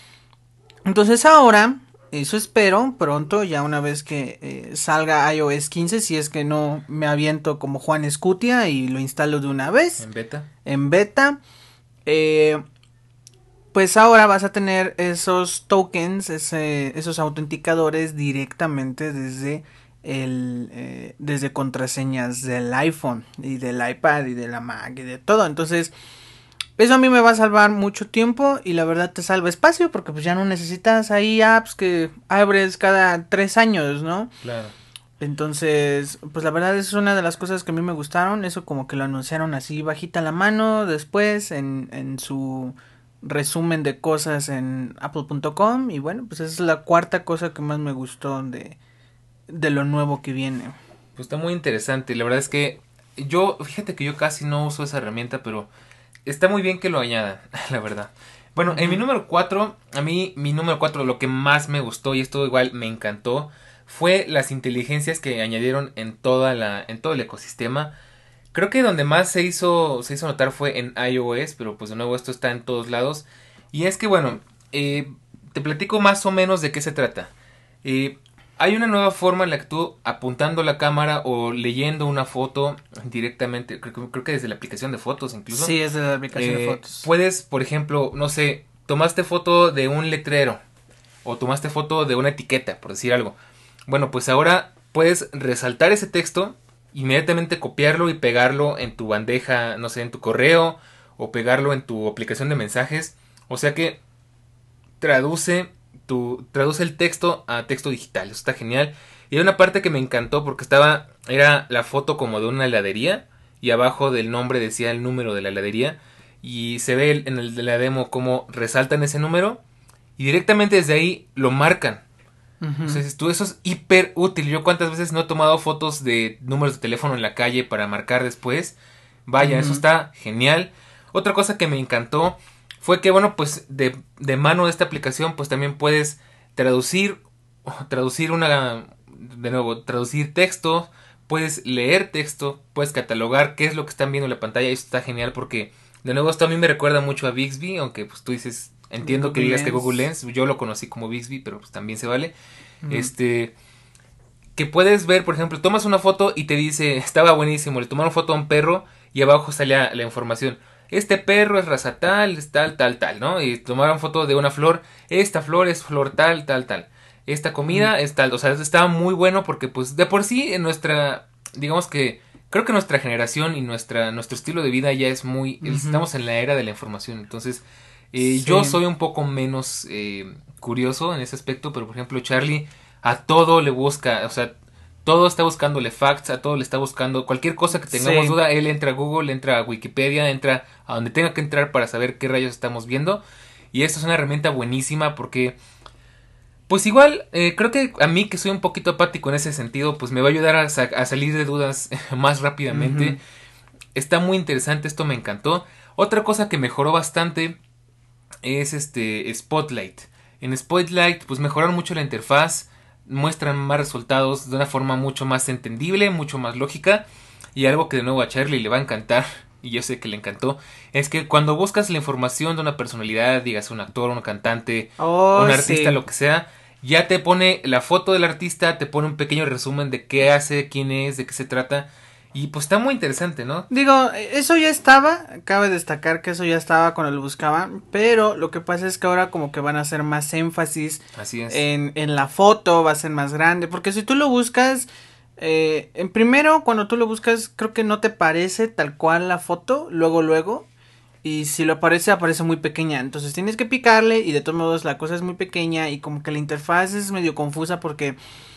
Entonces ahora, eso espero, pronto, ya una vez que eh, salga iOS quince, si es que no me aviento como Juan Escutia y lo instalo de una vez. En beta. En beta. Eh... Pues ahora vas a tener esos tokens, ese, esos autenticadores directamente desde el eh, desde contraseñas del iPhone y del iPad y de la Mac y de todo. Entonces, eso a mí me va a salvar mucho tiempo y la verdad te salva espacio porque pues ya no necesitas ahí apps que abres cada tres años, ¿no? Claro. Entonces, pues la verdad es una de las cosas que a mí me gustaron, eso como que lo anunciaron así bajita la mano después en, en su resumen de cosas en apple punto com y bueno, pues esa es la cuarta cosa que más me gustó de, de lo nuevo que viene. Pues está muy interesante, la verdad es que yo, fíjate que yo casi no uso esa herramienta, pero está muy bien que lo añadan, la verdad. Bueno, uh-huh. En mi número cuatro, a mí mi número cuatro, lo que más me gustó y esto igual me encantó, fue las inteligencias que añadieron en toda la, en todo el ecosistema. Creo que donde más se hizo, se hizo notar fue en iOS, pero pues de nuevo esto está en todos lados. Y es que bueno, eh, te platico más o menos de qué se trata. Eh, hay una nueva forma en la que tú apuntando la cámara o leyendo una foto directamente, creo, creo que desde la aplicación de fotos incluso. Sí, es de la aplicación eh, de fotos. Puedes, por ejemplo, no sé, tomaste foto de un letrero o tomaste foto de una etiqueta, por decir algo. Bueno, pues ahora puedes resaltar ese texto, inmediatamente copiarlo y pegarlo en tu bandeja, no sé, en tu correo o pegarlo en tu aplicación de mensajes. O sea que traduce, tu, traduce el texto a texto digital. Eso está genial. Y hay una parte que me encantó porque estaba, era la foto como de una heladería y abajo del nombre decía el número de la heladería. Y se ve en el de la demo cómo resaltan ese número y directamente desde ahí lo marcan. Uh-huh. Entonces, tú, eso es hiper útil. Yo cuántas veces no he tomado fotos de números de teléfono en la calle para marcar después. Vaya, uh-huh. Eso está genial. Otra cosa que me encantó fue que, bueno, pues de, de mano de esta aplicación, pues también puedes traducir, traducir una, de nuevo, traducir texto, puedes leer texto, puedes catalogar qué es lo que están viendo en la pantalla. Eso está genial porque, de nuevo, esto a mí me recuerda mucho a Bixby, aunque pues tú dices... Entiendo Google que digas Lens. Que Google Lens, yo lo conocí como Bixby, pero pues también se vale. Uh-huh. Este, que puedes ver, por ejemplo, tomas una foto y te dice, estaba buenísimo, le tomaron foto a un perro y abajo salía la información. Este perro es raza tal, es tal, tal, tal, ¿no? Y tomaron foto de una flor, esta flor es flor tal, tal, tal. Esta comida uh-huh. es tal, o sea, estaba muy bueno porque pues de por sí en nuestra, digamos que, creo que nuestra generación y nuestra nuestro estilo de vida ya es muy, uh-huh. estamos en la era de la información, entonces... Eh, sí. Yo soy un poco menos eh, curioso en ese aspecto, pero por ejemplo Charlie a todo le busca, o sea, todo está buscándole facts, a todo le está buscando cualquier cosa que tengamos sí. duda, él entra a Google, entra a Wikipedia, entra a donde tenga que entrar para saber qué rayos estamos viendo, y esto es una herramienta buenísima porque pues igual, eh, creo que a mí que soy un poquito apático en ese sentido, pues me va a ayudar a, sa- a salir de dudas más rápidamente. Uh-huh. Está muy interesante, esto me encantó. Otra cosa que mejoró bastante es este Spotlight. En Spotlight pues mejoraron mucho la interfaz, muestran más resultados de una forma mucho más entendible, mucho más lógica, y algo que de nuevo a Charlie le va a encantar, y yo sé que le encantó, es que cuando buscas la información de una personalidad, digas un actor, un cantante, oh, un artista, sí. lo que sea, ya te pone la foto del artista, te pone un pequeño resumen de qué hace, quién es, de qué se trata. Y pues está muy interesante, ¿no? Digo, eso ya estaba, cabe destacar que eso ya estaba cuando lo buscaban, pero lo que pasa es que ahora como que van a hacer más énfasis Así es. en, en la foto, va a ser más grande, porque si tú lo buscas, eh, en primero cuando tú lo buscas creo que no te parece tal cual la foto, luego luego, y si lo aparece, aparece muy pequeña, entonces tienes que picarle y de todos modos la cosa es muy pequeña y como que la interfaz es medio confusa porque...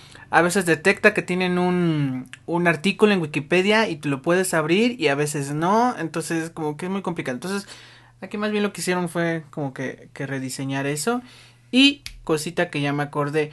A veces detecta que tienen un, un artículo en Wikipedia y tú lo puedes abrir y a veces no, entonces como que es muy complicado. Entonces aquí más bien lo que hicieron fue como que, que rediseñar eso. Y cosita que ya me acordé,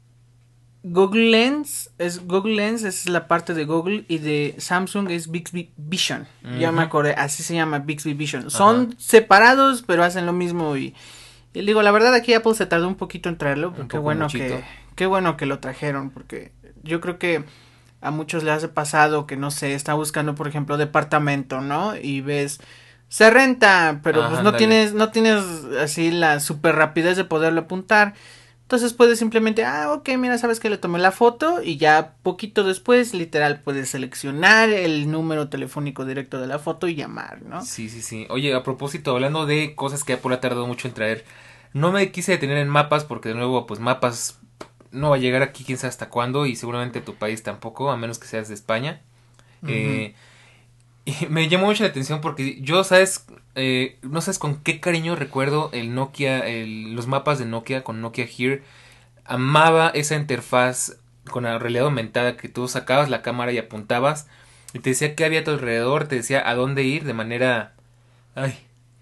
Google Lens, es Google Lens es la parte de Google y de Samsung es Bixby Vision. Uh-huh. Ya me acordé, así se llama Bixby Vision. Uh-huh. Son separados pero hacen lo mismo y, y digo, la verdad aquí Apple se tardó un poquito en traerlo, pero qué bueno muchito. que... Qué bueno que lo trajeron, porque yo creo que a muchos les ha pasado que, no sé, está buscando, por ejemplo, departamento, ¿no? Y ves, se renta, pero Ajá, pues no dale. tienes, no tienes así la super rapidez de poderlo apuntar. Entonces puedes simplemente, ah, ok, mira, sabes que le tomé la foto y ya poquito después, literal, puedes seleccionar el número telefónico directo de la foto y llamar, ¿no? Sí, sí, sí. Oye, a propósito, hablando de cosas que Apple ha tardado mucho en traer, no me quise detener en mapas porque de nuevo, pues mapas... no va a llegar aquí quién sabe hasta cuándo y seguramente a tu país tampoco, a menos que seas de España. Uh-huh. Eh, y me llamó mucho la atención porque yo, ¿sabes? Eh, no sabes con qué cariño recuerdo el Nokia, el, los mapas de Nokia con Nokia Here. Amaba esa interfaz con la realidad aumentada que tú sacabas la cámara y apuntabas y te decía qué había a tu alrededor, te decía a dónde ir de manera... Ay...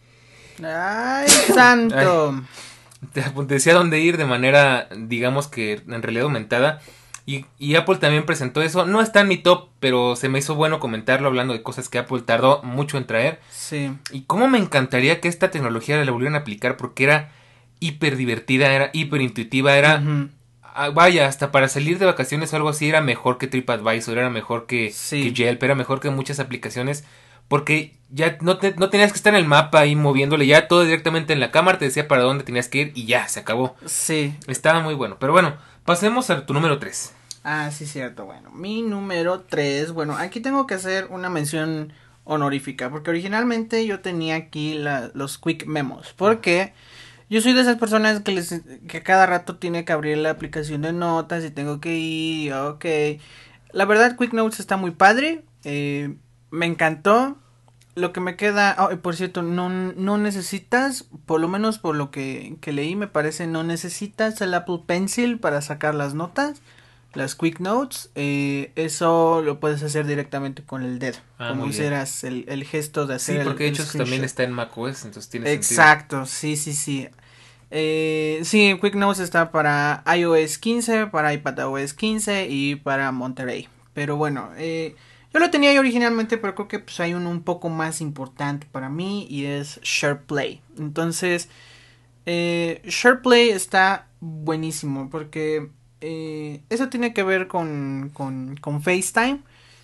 ¡Ay, santo! Ay. Te, te decía dónde ir de manera, digamos que en realidad aumentada. Y, y Apple también presentó eso. No está en mi top, pero se me hizo bueno comentarlo hablando de cosas que Apple tardó mucho en traer. Sí. Y cómo me encantaría que esta tecnología la volvieran a aplicar porque era hiper divertida, era hiper intuitiva, era... Uh-huh. ah, vaya, hasta para salir de vacaciones o algo así era mejor que TripAdvisor, era mejor que, sí. que Yelp, era mejor que muchas aplicaciones. Porque ya no, te, no tenías que estar en el mapa ahí moviéndole, ya todo directamente en la cámara te decía para dónde tenías que ir y ya, se acabó. Sí. Estaba muy bueno, pero bueno, pasemos a tu número tres. Ah, sí, cierto, bueno, mi número tres, bueno, aquí tengo que hacer una mención honorífica, porque originalmente yo tenía aquí la, los Quick Memos, porque yo soy de esas personas que, les, que cada rato tiene que abrir la aplicación de notas y tengo que ir, ok. La verdad, Quick Notes está muy padre, eh... me encantó. Lo que me queda... Oh, por cierto, no, no necesitas, por lo menos por lo que, que leí, me parece, no necesitas el Apple Pencil para sacar las notas, las Quick Notes. Eh, eso lo puedes hacer directamente con el dedo. Ah, como hicieras el, el gesto de hacer. Sí, porque el, de hecho también está en macOS, entonces tiene Exacto, sentido. sí, sí, sí. Eh, sí, Quick Notes está para iOS quince, para iPadOS quince y para Monterey. Pero bueno, eh... yo lo tenía yo originalmente, pero creo que pues hay uno un poco más importante para mí y es SharePlay. Entonces, eh, SharePlay está buenísimo porque eh, eso tiene que ver con, con, con FaceTime.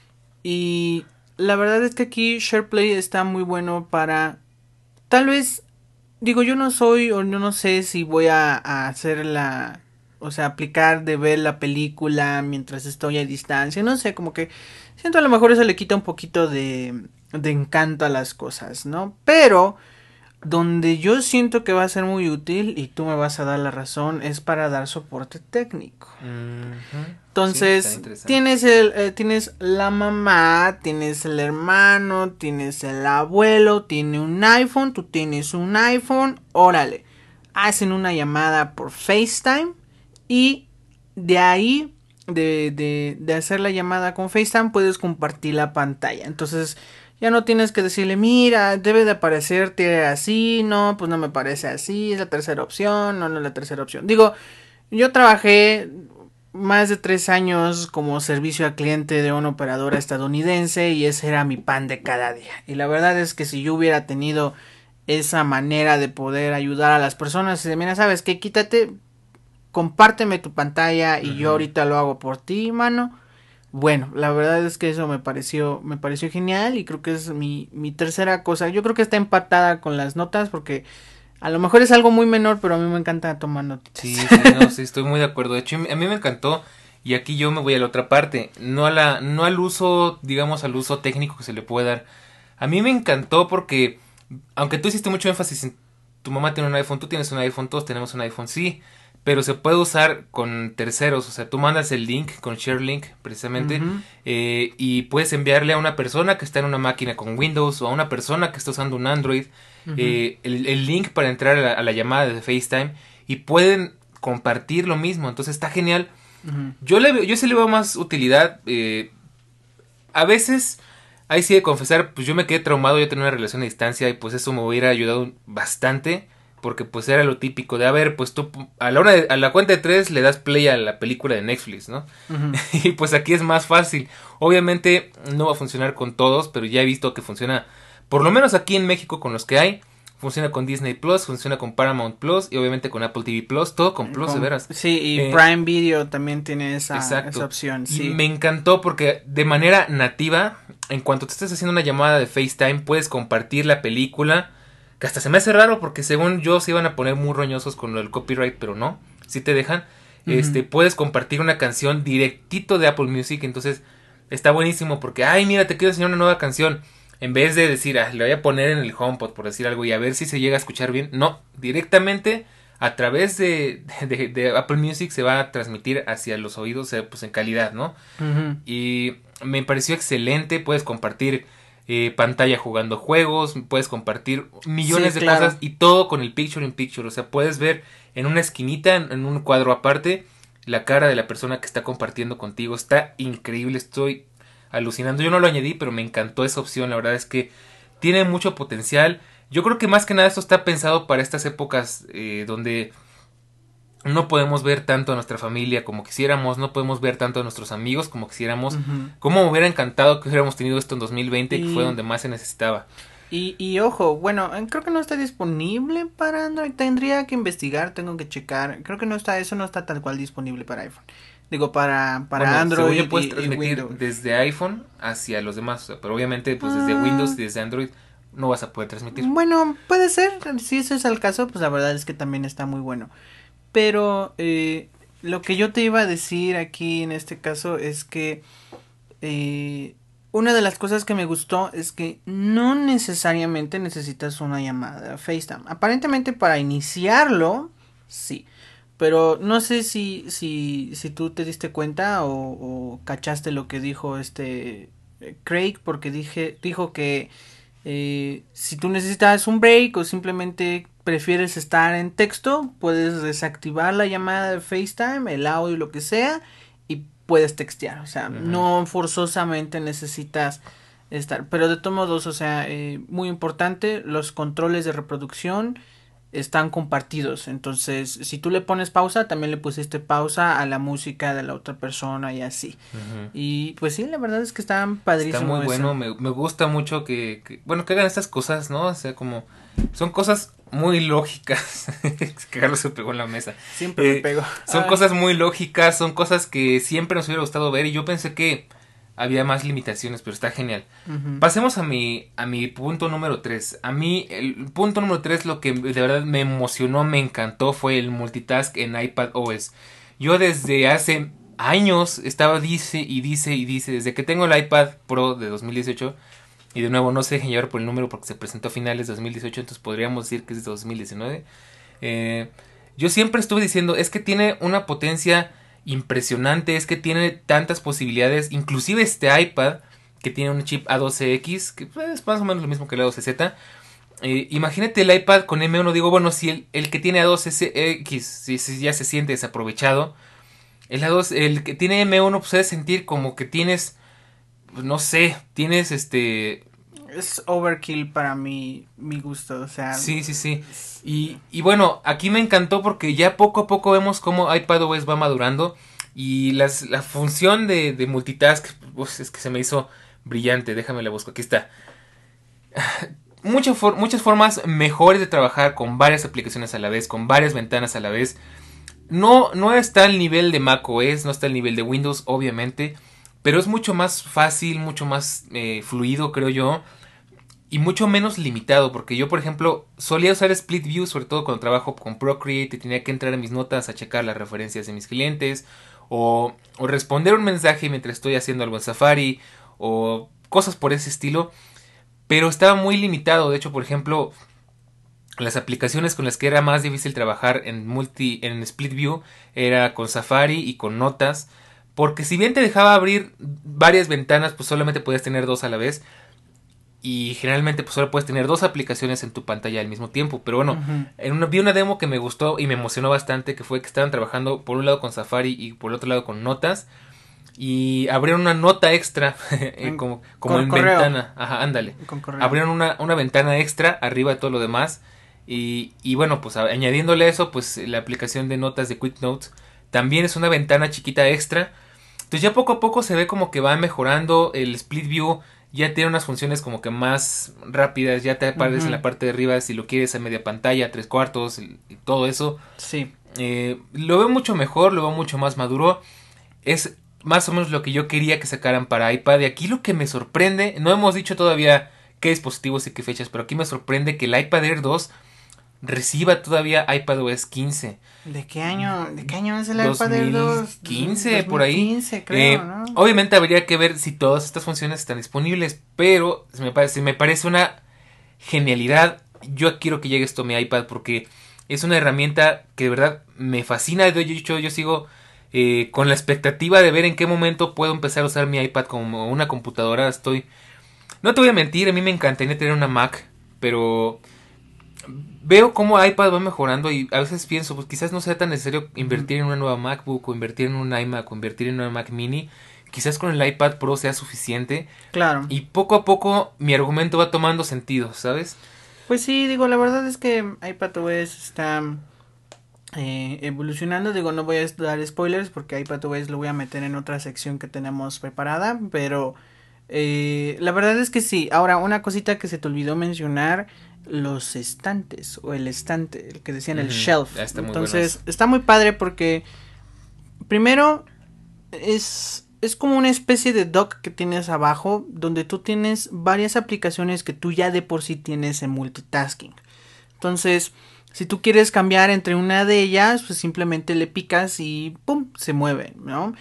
Y la verdad es que aquí SharePlay está muy bueno para, tal vez, digo, yo no soy o no, no sé si voy a, a hacer la... o sea, aplicar de ver la película mientras estoy a distancia. No sé, como que siento a lo mejor eso le quita un poquito de, de encanto a las cosas, ¿no? Pero donde yo siento que va a ser muy útil, y tú me vas a dar la razón, es para dar soporte técnico. Uh-huh. Entonces, sí, tienes, el, eh, tienes la mamá, tienes el hermano, tienes el abuelo, tiene un iPhone, tú tienes un iPhone, órale. Hacen una llamada por FaceTime. Y de ahí, de, de, de hacer la llamada con FaceTime, puedes compartir la pantalla. Entonces, ya no tienes que decirle, mira, debe de aparecerte así, no, pues no me parece así, es la tercera opción, no, no es la tercera opción. Digo, yo trabajé más de tres años como servicio al cliente de una operadora estadounidense y ese era mi pan de cada día. Y la verdad es que si yo hubiera tenido esa manera de poder ayudar a las personas, mira, ¿sabes qué? Quítate... compárteme tu pantalla y uh-huh. yo ahorita lo hago por ti, mano. Bueno, la verdad es que eso me pareció, me pareció genial y creo que es mi, mi tercera cosa. Yo creo que está empatada con las notas porque a lo mejor es algo muy menor, pero a mí me encanta tomar notitas. Sí, sí, no, sí, estoy muy de acuerdo. De hecho, a mí me encantó y aquí yo me voy a la otra parte. No a la, no al uso, digamos, al uso técnico que se le puede dar. A mí me encantó porque, aunque tú hiciste mucho énfasis en tu mamá tiene un iPhone, tú tienes un iPhone, todos tenemos un iPhone, sí. Pero se puede usar con terceros, o sea, tú mandas el link con ShareLink precisamente uh-huh. eh, y puedes enviarle a una persona que está en una máquina con Windows o a una persona que está usando un Android uh-huh. eh, el, el link para entrar a la, a la llamada de FaceTime y pueden compartir lo mismo, entonces está genial. Uh-huh. Yo le yo sí le veo más utilidad, eh, a veces, ahí sí de confesar, pues yo me quedé traumado, yo tenía una relación a distancia y pues eso me hubiera ayudado bastante. Porque pues era lo típico de, a ver, pues tú a la, hora de, a la cuenta de tres le das play a la película de Netflix, ¿no? Uh-huh. Y pues aquí es más fácil. Obviamente no va a funcionar con todos, pero ya he visto que funciona, por lo menos aquí en México con los que hay, funciona con Disney Plus, funciona con Paramount Plus y obviamente con Apple T V Plus, todo con Plus, con, de veras. Sí, y eh, Prime Video también tiene esa, esa opción, sí. Y me encantó porque de manera nativa, en cuanto te estés haciendo una llamada de FaceTime, puedes compartir la película. Que hasta se me hace raro porque según yo se iban a poner muy roñosos con lo del copyright, pero no, si te dejan, uh-huh. este, puedes compartir una canción directito de Apple Music, entonces está buenísimo porque, ay mira, te quiero enseñar una nueva canción, en vez de decir, ah, le voy a poner en el HomePod por decir algo y a ver si se llega a escuchar bien, no, directamente a través de, de, de Apple Music se va a transmitir hacia los oídos, o sea, pues en calidad, ¿no? Uh-huh. Y me pareció excelente, puedes compartir eh, pantalla jugando juegos, puedes compartir millones Sí, de claro. cosas y todo con el Picture in Picture, o sea, puedes ver en una esquinita, en, en un cuadro aparte, la cara de la persona que está compartiendo contigo. Está increíble, estoy alucinando. Yo no lo añadí, pero me encantó esa opción, la verdad es que tiene mucho potencial. Yo creo que más que nada esto está pensado para estas épocas eh, donde no podemos ver tanto a nuestra familia como quisiéramos, no podemos ver tanto a nuestros amigos como quisiéramos. Uh-huh. Como me hubiera encantado que hubiéramos tenido esto en dos mil veinte, Y... que fue donde más se necesitaba. Y, y ojo, bueno, eh, creo que no está disponible para Android, tendría que investigar, tengo que checar, creo que no está, eso no está tal cual disponible para iPhone, digo para, para Bueno, Android según yo puedes y, y transmitir Windows. desde iPhone hacia los demás, o sea, pero obviamente pues desde Ah. Windows y desde Android no vas a poder transmitir. Bueno, puede ser, si ese es el caso, pues la verdad es que también está muy bueno, pero eh, lo que yo te iba a decir aquí en este caso es que eh, una de las cosas que me gustó es que no necesariamente necesitas una llamada FaceTime. Aparentemente para iniciarlo, sí. Pero no sé si, si, si tú te diste cuenta o, o cachaste lo que dijo este eh, Craig, porque dije, dijo que eh, si tú necesitas un break o simplemente prefieres estar en texto, puedes desactivar la llamada de FaceTime, el audio, lo que sea, y puedes textear. O sea, Ujú. no forzosamente necesitas estar. Pero de todos modos, o sea, eh, muy importante, los controles de reproducción están compartidos. Entonces, si tú le pones pausa, también le pusiste pausa a la música de la otra persona y así. Ujú. Y pues sí, la verdad es que están padrísimo. Está muy eso. bueno, me, me gusta mucho que, que, bueno, que hagan estas cosas, ¿no? O sea, como, son cosas muy lógicas. Que Carlos se pegó en la mesa. Siempre Eh, me pego. Son Ay. cosas muy lógicas, son cosas que siempre nos hubiera gustado ver y yo pensé que había más limitaciones, pero está genial. Ujú. Pasemos a mi, a mi punto número tres. A mí, el punto número tres, lo que de verdad me emocionó, me encantó, fue el multitask en iPadOS. Yo desde hace años estaba dice y dice y dice, desde que tengo el iPad Pro de dos mil dieciocho, y de nuevo no se dejen llevar por el número porque se presentó a finales de dos mil dieciocho, entonces podríamos decir que es de dos mil diecinueve. Eh, yo siempre estuve diciendo, es que tiene una potencia impresionante, es que tiene tantas posibilidades, inclusive este iPad que tiene un chip A doce X, que es más o menos lo mismo que el A doce Z. Eh, imagínate el iPad con M uno, digo, bueno, si el, el que tiene A doce X si, si ya se siente desaprovechado, el, A doce, el que tiene M uno pues debe sentir como que tienes, pues, no sé, tienes este... Es overkill para mi, mi gusto, o sea. Sí, sí, sí. Y, y bueno, aquí me encantó porque ya poco a poco vemos cómo iPadOS va madurando. Y las, la función de, de multitask, pues es que se me hizo brillante. Déjame la busco, aquí está. Mucha for, muchas formas mejores de trabajar con varias aplicaciones a la vez, con varias ventanas a la vez. No, no está al nivel de macOS, no está al nivel de Windows, obviamente. Pero es mucho más fácil, mucho más eh, fluido, creo yo. Y mucho menos limitado, porque yo, por ejemplo, solía usar Split View, sobre todo cuando trabajo con Procreate y tenía que entrar a mis notas a checar las referencias de mis clientes, o, o responder un mensaje mientras estoy haciendo algo en Safari, o cosas por ese estilo, pero estaba muy limitado. De hecho, por ejemplo, las aplicaciones con las que era más difícil trabajar en multi, en Split View era con Safari y con notas, porque si bien te dejaba abrir varias ventanas, pues solamente podías tener dos a la vez. Y generalmente pues solo puedes tener dos aplicaciones en tu pantalla al mismo tiempo. Pero bueno, Uh-huh. en una, vi una demo que me gustó y me emocionó bastante, que fue que estaban trabajando por un lado con Safari y por el otro lado con notas. Y abrieron una nota extra, eh, como, como Con en correo. ventana. Ajá, ándale. Con correo. Abrieron una, una ventana extra arriba de todo lo demás. Y, y bueno, pues a- añadiéndole eso, pues la aplicación de notas de QuickNotes también es una ventana chiquita extra. Entonces ya poco a poco se ve como que va mejorando el Split View. Ya tiene unas funciones como que más rápidas. Ya te aparece Ujú. en la parte de arriba si lo quieres a media pantalla, tres cuartos y, y todo eso. Sí. Eh, lo veo mucho mejor, lo veo mucho más maduro. Es más o menos lo que yo quería que sacaran para iPad. Y aquí lo que me sorprende, no hemos dicho todavía qué dispositivos y qué fechas, pero aquí me sorprende que el iPad Air dos reciba todavía iPadOS quince. ¿De qué año? ¿De qué año es el iPad Air dos? dos mil quince, por ahí. dos mil quince, creo, Eh, ¿no? Obviamente habría que ver si todas estas funciones están disponibles, pero se me parece, me parece una genialidad. Yo quiero que llegue esto a mi iPad porque es una herramienta que de verdad me fascina. De hecho, yo sigo eh, con la expectativa de ver en qué momento puedo empezar a usar mi iPad como una computadora. Estoy... No te voy a mentir, a mí me encantaría tener una Mac, pero veo cómo iPad va mejorando y a veces pienso, pues quizás no sea tan necesario invertir en una nueva MacBook o invertir en un iMac o invertir en una Mac Mini. Quizás con el iPad Pro sea suficiente. Claro. Y poco a poco mi argumento va tomando sentido, ¿sabes? Pues sí, digo, la verdad es que iPadOS está eh, evolucionando. Digo, no voy a dar spoilers porque iPadOS lo voy a meter en otra sección que tenemos preparada. Pero eh, la verdad es que sí. Ahora, una cosita que se te olvidó mencionar, los estantes o el estante, el que decían uh-huh. el shelf. Está muy Entonces, bueno está muy padre porque primero es... Es como una especie de dock que tienes abajo donde tú tienes varias aplicaciones que tú ya de por sí tienes en multitasking. Entonces, si tú quieres cambiar entre una de ellas, pues simplemente le picas y ¡pum! Se mueve, ¿no?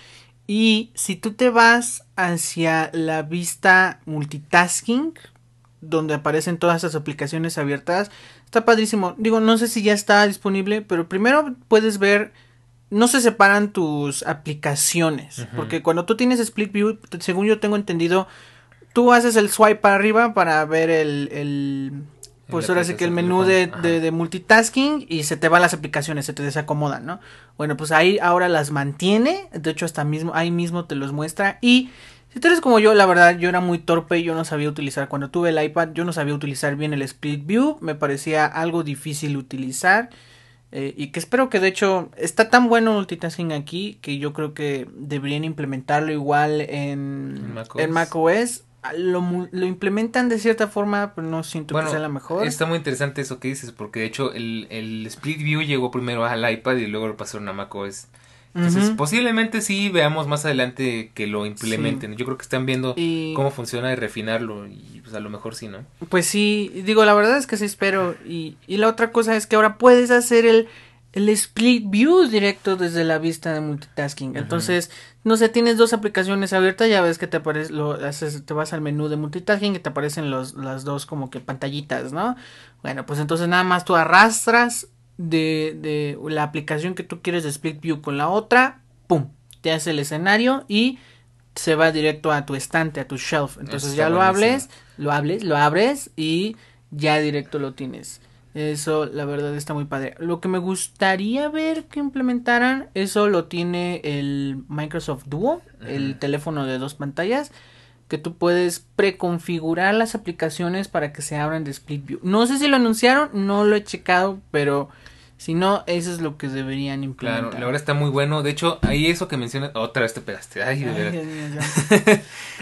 Y si tú te vas hacia la vista multitasking, donde aparecen todas las aplicaciones abiertas, está padrísimo. Digo, no sé si ya está disponible, pero primero puedes ver... No se separan tus aplicaciones, uh-huh. porque cuando tú tienes Split View, según yo tengo entendido, tú haces el swipe para arriba para ver el, el pues ahora sí que el menú de, de, de multitasking y se te van las aplicaciones, se te desacomodan, ¿no? Bueno, pues ahí ahora las mantiene, de hecho hasta mismo, ahí mismo te los muestra y si tú eres como yo, la verdad, yo era muy torpe, yo no sabía utilizar, cuando tuve el iPad, yo no sabía utilizar bien el Split View, me parecía algo difícil utilizar. Eh, y que espero que de hecho está tan bueno multitasking aquí que yo creo que deberían implementarlo igual en, en macOS. Lo, lo implementan de cierta forma, pero no siento bueno, que sea la mejor. Está muy interesante eso que dices, porque de hecho el, el Split View llegó primero al iPad y luego lo pasaron a macOS. Entonces, uh-huh. posiblemente sí veamos más adelante que lo implementen. Sí. Yo creo que están viendo y... cómo funciona y refinarlo. Y pues a lo mejor sí, ¿no? Pues sí, digo, la verdad es que sí espero. Y, y la otra cosa es que ahora puedes hacer el, el split view directo desde la vista de multitasking. Uh-huh. Entonces, no sé, tienes dos aplicaciones abiertas, ya ves que te aparece, lo haces, te vas al menú de multitasking y te aparecen los, las dos como que pantallitas, ¿no? Bueno, pues entonces nada más tú arrastras de, de la aplicación que tú quieres de Split View con la otra, pum, te hace el escenario y se va directo a tu estante, a tu shelf. Entonces Eso ya lo hables, lo hables, lo abres y ya directo lo tienes. Eso la verdad está muy padre. Lo que me gustaría ver que implementaran, eso lo tiene el Microsoft Duo, uh-huh. el teléfono de dos pantallas, que tú puedes preconfigurar las aplicaciones para que se abran de Split View. No sé si lo anunciaron, no lo he checado, pero si no, eso es lo que deberían implementar. Claro, la verdad está muy bueno. De hecho, ahí eso que mencionas, otra vez te pegaste. Ay, de Ay, verdad.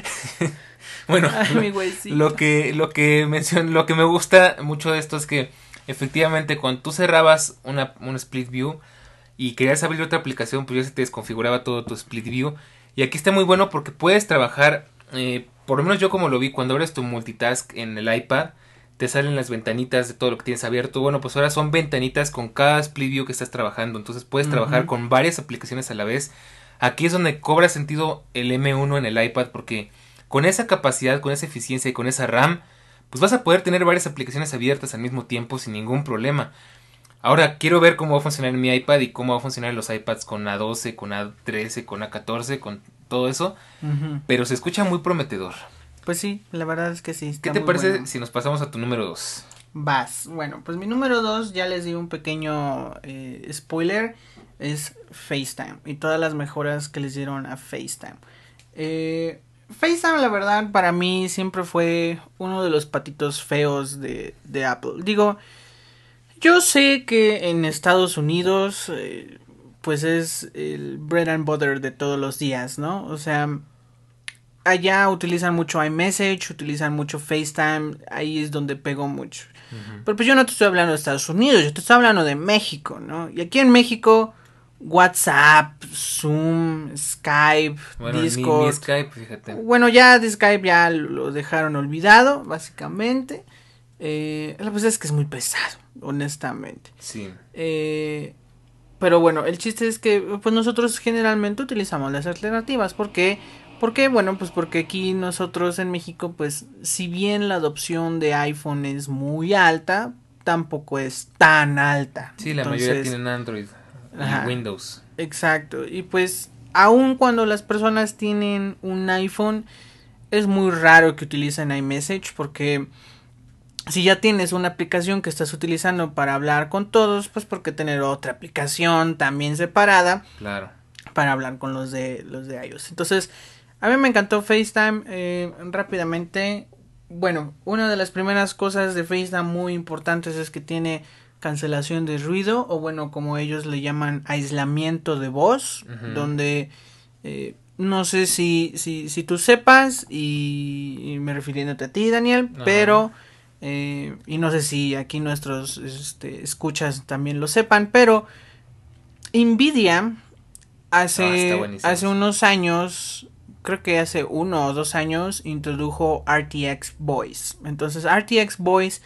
Bueno, Ay, lo, mi güeycito. lo que lo que menciono, lo que me gusta mucho de esto es que efectivamente cuando tú cerrabas una un Split View y querías abrir otra aplicación, pues ya se te desconfiguraba todo tu Split View. Y aquí está muy bueno porque puedes trabajar, eh, por lo menos yo como lo vi, cuando abres tu multitask en el iPad, te salen las ventanitas de todo lo que tienes abierto. Bueno, pues ahora son ventanitas con cada Split View que estás trabajando. Entonces puedes uh-huh. trabajar con varias aplicaciones a la vez. Aquí es donde cobra sentido el M uno en el iPad porque con esa capacidad, con esa eficiencia y con esa RAM, pues vas a poder tener varias aplicaciones abiertas al mismo tiempo sin ningún problema. Ahora quiero ver cómo va a funcionar en mi iPad y cómo va a funcionar en los iPads con A doce, con A trece, con A catorce, con todo eso. Uh-huh. Pero se escucha muy prometedor. Pues sí, la verdad es que sí. Está ¿Qué te muy parece bueno. si nos pasamos a tu número dos? Vas. Bueno, pues mi número dos, ya les di un pequeño eh, spoiler, es FaceTime y todas las mejoras que les dieron a FaceTime. Eh, FaceTime, la verdad, para mí siempre fue uno de los patitos feos de, de Apple. Digo, yo sé que en Estados Unidos, eh, pues es el bread and butter de todos los días, ¿no? O sea, allá utilizan mucho iMessage, utilizan mucho FaceTime, ahí es donde pegó mucho. Uh-huh. Pero pues yo no te estoy hablando de Estados Unidos, yo te estoy hablando de México, ¿no? Y aquí en México, WhatsApp, Zoom, Skype, bueno, Discord. Ni, ni Skype, fíjate. Bueno, ya de Skype ya lo dejaron olvidado, básicamente. Eh, la cosa es que es muy pesado, honestamente. Sí. Eh, pero bueno, el chiste es que pues nosotros generalmente utilizamos las alternativas. ¿Por qué? Porque, bueno, pues porque aquí nosotros en México, pues si bien la adopción de iPhone es muy alta, tampoco es tan alta. Sí, la Entonces, mayoría tienen Android y ajá, Windows. Exacto, y pues aun cuando las personas tienen un iPhone, es muy raro que utilicen iMessage porque si ya tienes una aplicación que estás utilizando para hablar con todos, pues por qué tener otra aplicación también separada. Claro. Para hablar con los de los de iOS. Entonces, a mí me encantó FaceTime eh, rápidamente. Bueno, una de las primeras cosas de FaceTime muy importantes es que tiene cancelación de ruido, o bueno, como ellos le llaman, aislamiento de voz, uh-huh. donde eh, no sé si, si, si tú sepas, y, y me refiriéndote a ti, Daniel, uh-huh. pero, eh, y no sé si aquí nuestros este, escuchas también lo sepan, pero Nvidia hace, oh, hace unos años, creo que hace uno o dos años, introdujo R T X Voice. Entonces, R T X Voice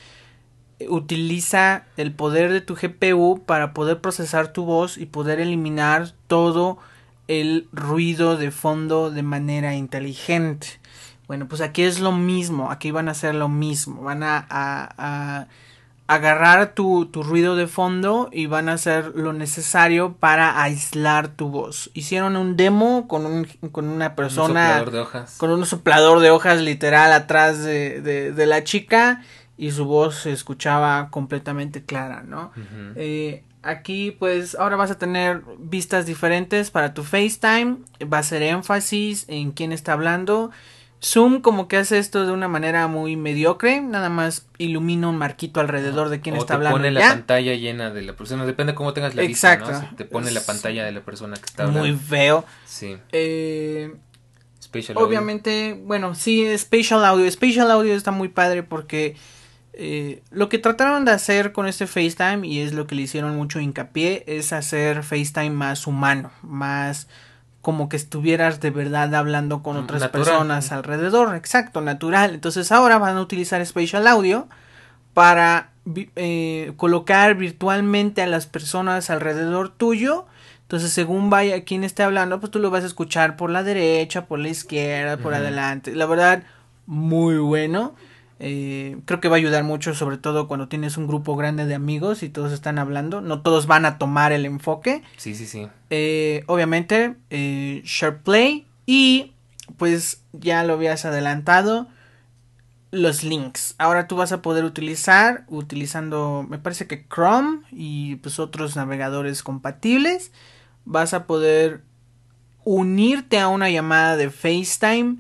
utiliza el poder de tu G P U para poder procesar tu voz y poder eliminar todo el ruido de fondo de manera inteligente. Bueno, pues aquí es lo mismo, aquí van a hacer lo mismo, van a, a, a agarrar tu, tu ruido de fondo y van a hacer lo necesario para aislar tu voz. Hicieron un demo con, un, con una persona, un soplador de hojas. Con un soplador de hojas literal atrás de, de, de la chica, y su voz se escuchaba completamente clara, ¿no? Uh-huh. Eh, aquí pues ahora vas a tener vistas diferentes para tu FaceTime, va a ser énfasis en quién está hablando. Zoom como que hace esto de una manera muy mediocre, nada más ilumina un marquito alrededor de quién o está te hablando. Pone la ¿ya? pantalla llena de la persona, depende de cómo tengas la Exacto. vista, ¿no? Te pone la pantalla de la persona que está hablando. Muy feo. Sí. Eh, Spatial obviamente, audio. Bueno, sí, Spatial Audio. Spatial Audio está muy padre porque eh, lo que trataron de hacer con este FaceTime, y es lo que le hicieron mucho hincapié, es hacer FaceTime más humano, más como que estuvieras de verdad hablando con otras natural. personas alrededor, exacto, natural. Entonces ahora van a utilizar Spatial Audio para eh, colocar virtualmente a las personas alrededor tuyo. Entonces según vaya quien esté hablando, pues tú lo vas a escuchar por la derecha, por la izquierda, por uh-huh. adelante. La verdad, muy bueno. Eh, creo que va a ayudar mucho, sobre todo cuando tienes un grupo grande de amigos y todos están hablando. No todos van a tomar el enfoque. Sí, sí, sí. Eh, obviamente, eh, SharePlay. Y pues ya lo habías adelantado, los links. Ahora tú vas a poder utilizar, utilizando, me parece que Chrome y pues otros navegadores compatibles, vas a poder unirte a una llamada de FaceTime.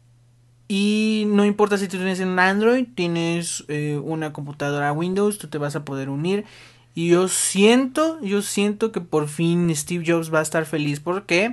Y no importa si tú tienes un Android, tienes eh, una computadora Windows, tú te vas a poder unir. Y yo siento, yo siento que por fin Steve Jobs va a estar feliz, porque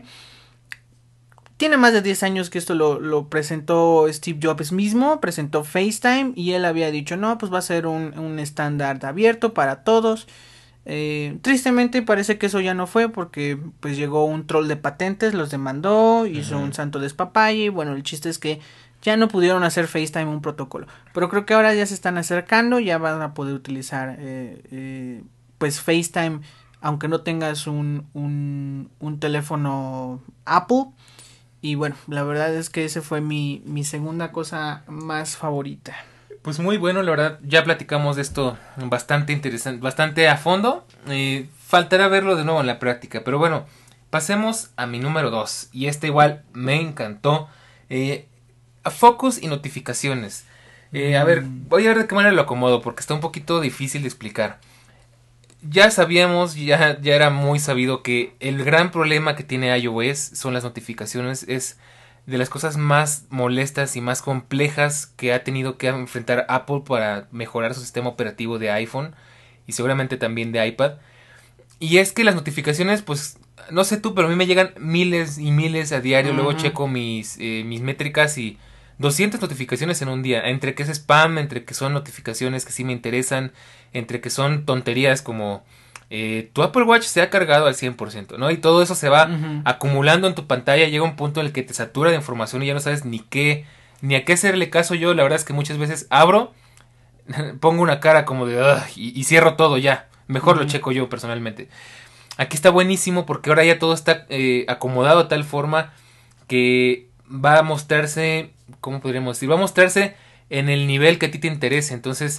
tiene más de diez años que esto lo, lo presentó Steve Jobs mismo, presentó FaceTime y él había dicho, no, pues va a ser un, un estándar abierto para todos. Eh, tristemente parece que eso ya no fue, porque pues llegó un troll de patentes, los demandó, hizo uh-huh. un santo despapalle, y bueno, el chiste es que ya no pudieron hacer FaceTime un protocolo, pero creo que ahora ya se están acercando, ya van a poder utilizar eh, eh, pues FaceTime, aunque no tengas un, un, un teléfono Apple. Y bueno, la verdad es que ese fue mi, mi segunda cosa más favorita. Pues muy bueno, la verdad, ya platicamos de esto bastante interesante, bastante a fondo. Eh, faltará verlo de nuevo en la práctica, pero bueno, pasemos a mi número dos. Y este igual me encantó. Eh, Focus y notificaciones. Eh, a ver, voy a ver de qué manera lo acomodo, porque está un poquito difícil de explicar. Ya sabíamos, ya, ya era muy sabido que el gran problema que tiene iOS son las notificaciones. Es de las cosas más molestas y más complejas que ha tenido que enfrentar Apple para mejorar su sistema operativo de iPhone y seguramente también de iPad. Y es que las notificaciones, pues, no sé tú, pero a mí me llegan miles y miles a diario. Uh-huh. Luego checo mis, eh, mis métricas y doscientas notificaciones en un día. Entre que es spam, entre que son notificaciones que sí me interesan, entre que son tonterías como eh, tu Apple Watch se ha cargado al cien por ciento, ¿no? Y todo eso se va uh-huh. acumulando en tu pantalla. Llega un punto en el que te satura de información y ya no sabes ni qué, ni a qué hacerle caso. Yo la verdad es que muchas veces abro, pongo una cara como de uh, y, y cierro todo ya. Mejor uh-huh. lo checo yo personalmente. Aquí está buenísimo porque ahora ya todo está eh, acomodado de tal forma que va a mostrarse, ¿cómo podríamos decir? Va a mostrarse en el nivel que a ti te interese. Entonces,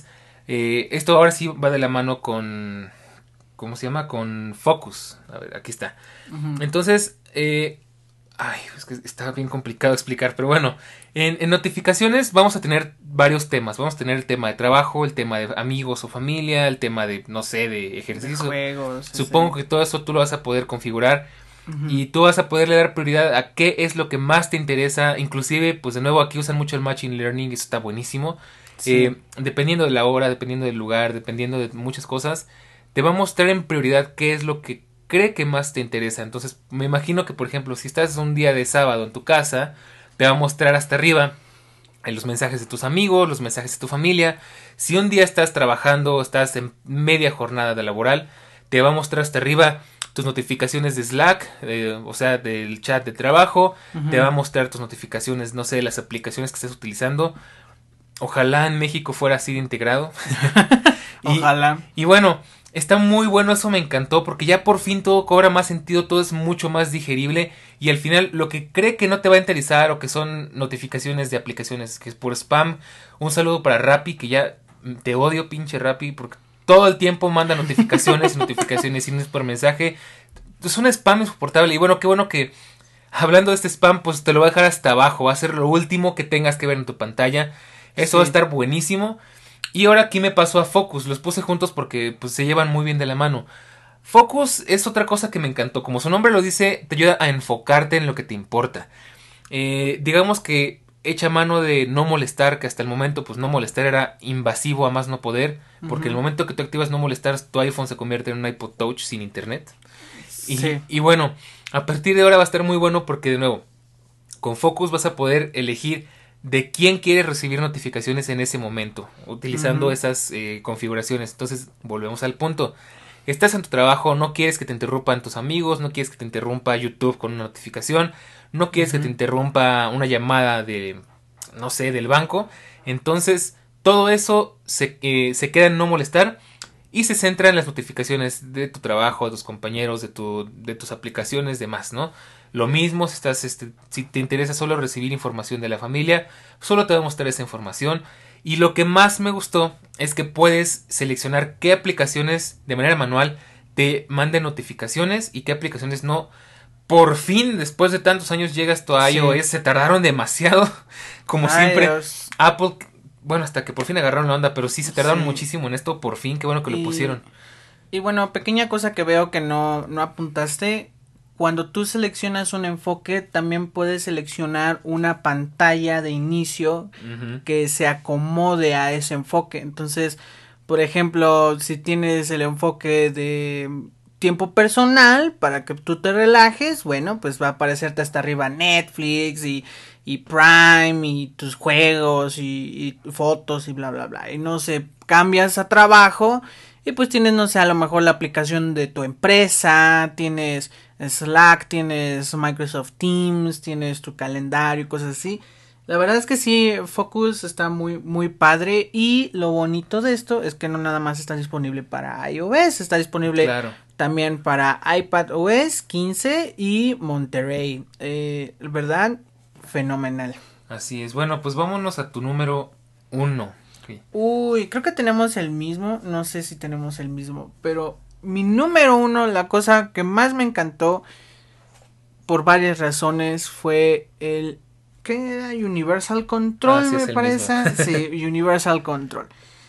Eh, esto ahora sí va de la mano con, ¿cómo se llama? Con Focus. A ver, aquí está. Uh-huh. Entonces, eh, ay, es que está bien complicado explicar, pero bueno, en, en notificaciones vamos a tener varios temas. Vamos a tener el tema de trabajo, el tema de amigos o familia, el tema de, no sé, de ejercicio. De juegos. Supongo sí. que todo eso tú lo vas a poder configurar. Uh-huh. Y tú vas a poderle dar prioridad a qué es lo que más te interesa. Inclusive, pues de nuevo aquí usan mucho el Machine Learning, eso está buenísimo. Sí. Eh, dependiendo de la hora, dependiendo del lugar, dependiendo de muchas cosas, te va a mostrar en prioridad qué es lo que cree que más te interesa. Entonces me imagino que, por ejemplo, si estás un día de sábado en tu casa, te va a mostrar hasta arriba en los mensajes de tus amigos, los mensajes de tu familia. Si un día estás trabajando, estás en media jornada de laboral, te va a mostrar hasta arriba tus notificaciones de Slack, eh, o sea, del chat de trabajo. Uh-huh. Te va a mostrar tus notificaciones, no sé, las aplicaciones que estés utilizando. Ojalá en México fuera así de integrado. y, Ojalá. Y bueno, está muy bueno, eso me encantó, porque ya por fin todo cobra más sentido, todo es mucho más digerible. Y al final lo que cree que no te va a interesar o que son notificaciones de aplicaciones, que es por spam. Un saludo para Rappi, que ya te odio, pinche Rappi, porque todo el tiempo manda notificaciones y notificaciones y no es por mensaje. Es un spam insoportable. Y bueno, qué bueno que, hablando de este spam, pues te lo va a dejar hasta abajo. Va a ser lo último que tengas que ver en tu pantalla. Eso sí. Va a estar buenísimo. Y ahora aquí me pasó a Focus. Los puse juntos porque pues se llevan muy bien de la mano. Focus es otra cosa que me encantó. Como su nombre lo dice, te ayuda a enfocarte en lo que te importa. Eh, digamos que echa mano de no molestar, que hasta el momento pues no molestar era invasivo a más no poder, porque uh-huh. el momento que tú activas no molestar, tu iPhone se convierte en un iPod Touch sin internet. Y, sí. y bueno, a partir de ahora va a estar muy bueno porque de nuevo, con Focus vas a poder elegir de quién quieres recibir notificaciones en ese momento, utilizando uh-huh. esas eh, configuraciones. Entonces volvemos al punto. Estás en tu trabajo, no quieres que te interrumpan tus amigos, no quieres que te interrumpa YouTube con una notificación, no quieres uh-huh. que te interrumpa una llamada de, no sé, del banco. Entonces, todo eso se, eh, se queda en no molestar y se centra en las notificaciones de tu trabajo, de tus compañeros, de, tu, de tus aplicaciones, demás, ¿no? Lo mismo si, estás, este, si te interesa solo recibir información de la familia, solo te va a mostrar esa información. Y lo que más me gustó es que puedes seleccionar qué aplicaciones de manera manual te manden notificaciones y qué aplicaciones no. Por fin, después de tantos años llegas tu sí. iOS, se tardaron demasiado, como Ay, siempre. Dios. Apple, bueno, hasta que por fin agarraron la onda, pero sí se tardaron sí. muchísimo en esto, por fin, qué bueno que y, lo pusieron. Y bueno, pequeña cosa que veo que no, no apuntaste. Cuando tú seleccionas un enfoque, también puedes seleccionar una pantalla de inicio uh-huh. que se acomode a ese enfoque. Entonces, por ejemplo, si tienes el enfoque de tiempo personal para que tú te relajes, bueno, pues va a aparecerte hasta arriba Netflix y, y Prime y tus juegos y, y fotos y bla, bla, bla. Y no sé, cambias a trabajo y pues tienes, no sé, a lo mejor la aplicación de tu empresa, tienes Slack, tienes Microsoft Teams, tienes tu calendario y cosas así. La verdad es que sí, Focus está muy muy padre y lo bonito de esto es que no nada más está disponible para iOS, está disponible claro. también para iPadOS quince y Monterey. Eh, ¿verdad? Fenomenal. Así es. Bueno, pues vámonos a tu número uno. Okay. Uy, creo que tenemos el mismo, no sé si tenemos el mismo, pero mi número uno, la cosa que más me encantó por varias razones fue el, ¿qué era? Universal Control, ah, sí, me parece. Sí, Universal Control.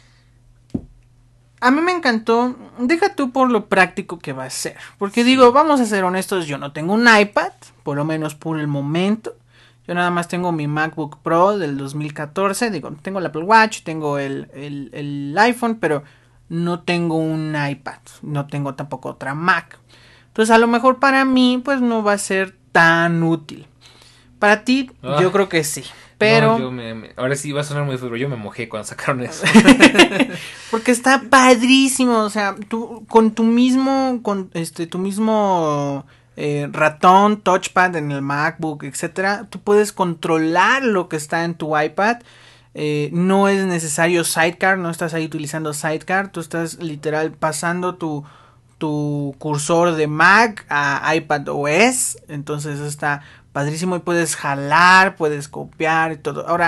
A mí me encantó, deja tú por lo práctico que va a ser, porque sí. digo, vamos a ser honestos, yo no tengo un iPad, por lo menos por el momento. Yo nada más tengo mi MacBook Pro del dos mil catorce, digo, tengo el Apple Watch, tengo el, el, el iPhone, pero no tengo un iPad, no tengo tampoco otra Mac. Entonces a lo mejor para mí pues no va a ser tan útil. Para ti Ay, yo creo que sí, pero... No, yo me, me, ahora sí va a sonar muy feo, yo me mojé cuando sacaron eso. Porque está padrísimo, o sea, tú con tu mismo, con este, tu mismo... Eh, ratón, touchpad en el MacBook, etcétera, tú puedes controlar lo que está en tu iPad. Eh, no es necesario Sidecar, no estás ahí utilizando Sidecar, tú estás literal pasando tu, tu cursor de Mac a iPadOS, entonces está padrísimo y puedes jalar, puedes copiar y todo. Ahora,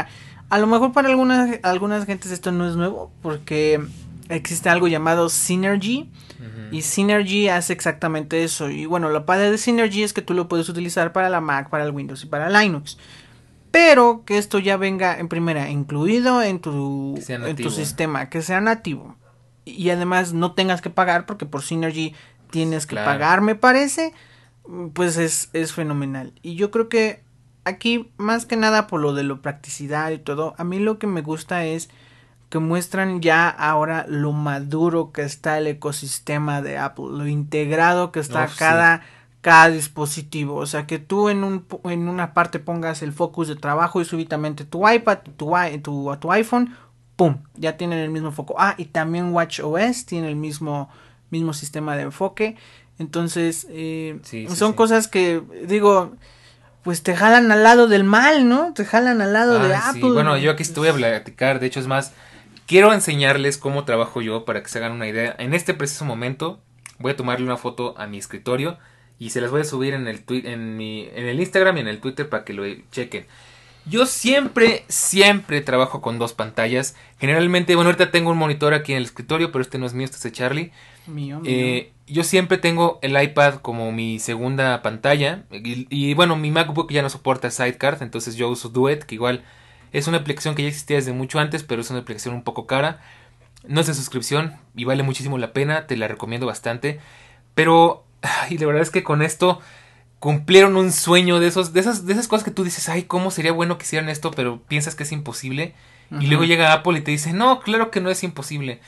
A lo mejor para algunas, algunas gentes esto no es nuevo, porque existe algo llamado Synergy, uh-huh. y Synergy hace exactamente eso. Y bueno, lo padre de Synergy es que tú lo puedes utilizar para la Mac, para el Windows y para Linux. Pero que esto ya venga en primera incluido en tu, en tu sistema, que sea nativo. Y además no tengas que pagar, porque por Synergy tienes que claro. pagar, me parece. Pues es, es fenomenal. Y yo creo que aquí, más que nada por lo de la practicidad y todo, a mí lo que me gusta es que muestran ya ahora lo maduro que está el ecosistema de Apple, lo integrado que está oh, cada, sí. cada dispositivo. O sea, que tú en un en una parte pongas el focus de trabajo y súbitamente tu iPad, tu, tu, tu iPhone, ¡pum!, ya tienen el mismo foco. Ah, y también WatchOS tiene el mismo, mismo sistema de enfoque. Entonces, eh, sí, sí, son sí. cosas que, digo, pues te jalan al lado del mal, ¿no? Te jalan al lado ah, de Apple. Sí. Bueno, yo aquí estuve a platicar, de hecho es más, quiero enseñarles cómo trabajo yo para que se hagan una idea. En este preciso momento voy a tomarle una foto a mi escritorio y se las voy a subir en el tweet, en mi, en el Instagram y en el Twitter para que lo chequen. Yo siempre, siempre trabajo con dos pantallas. Generalmente, bueno, ahorita tengo un monitor aquí en el escritorio, pero este no es mío, este es de Charlie. Mío, mío. Eh, yo siempre tengo el iPad como mi segunda pantalla. Y, y bueno, mi MacBook ya no soporta Sidecar, entonces yo uso Duet, que igual es una aplicación que ya existía desde mucho antes, pero es una aplicación un poco cara. No es de suscripción y vale muchísimo la pena, te la recomiendo bastante. Pero, y la verdad es que con esto cumplieron un sueño de esos, de esas, de esas cosas que tú dices, ay, cómo sería bueno que hicieran esto, pero piensas que es imposible. Uh-huh. Y luego llega Apple y te dice, no, claro que no es imposible.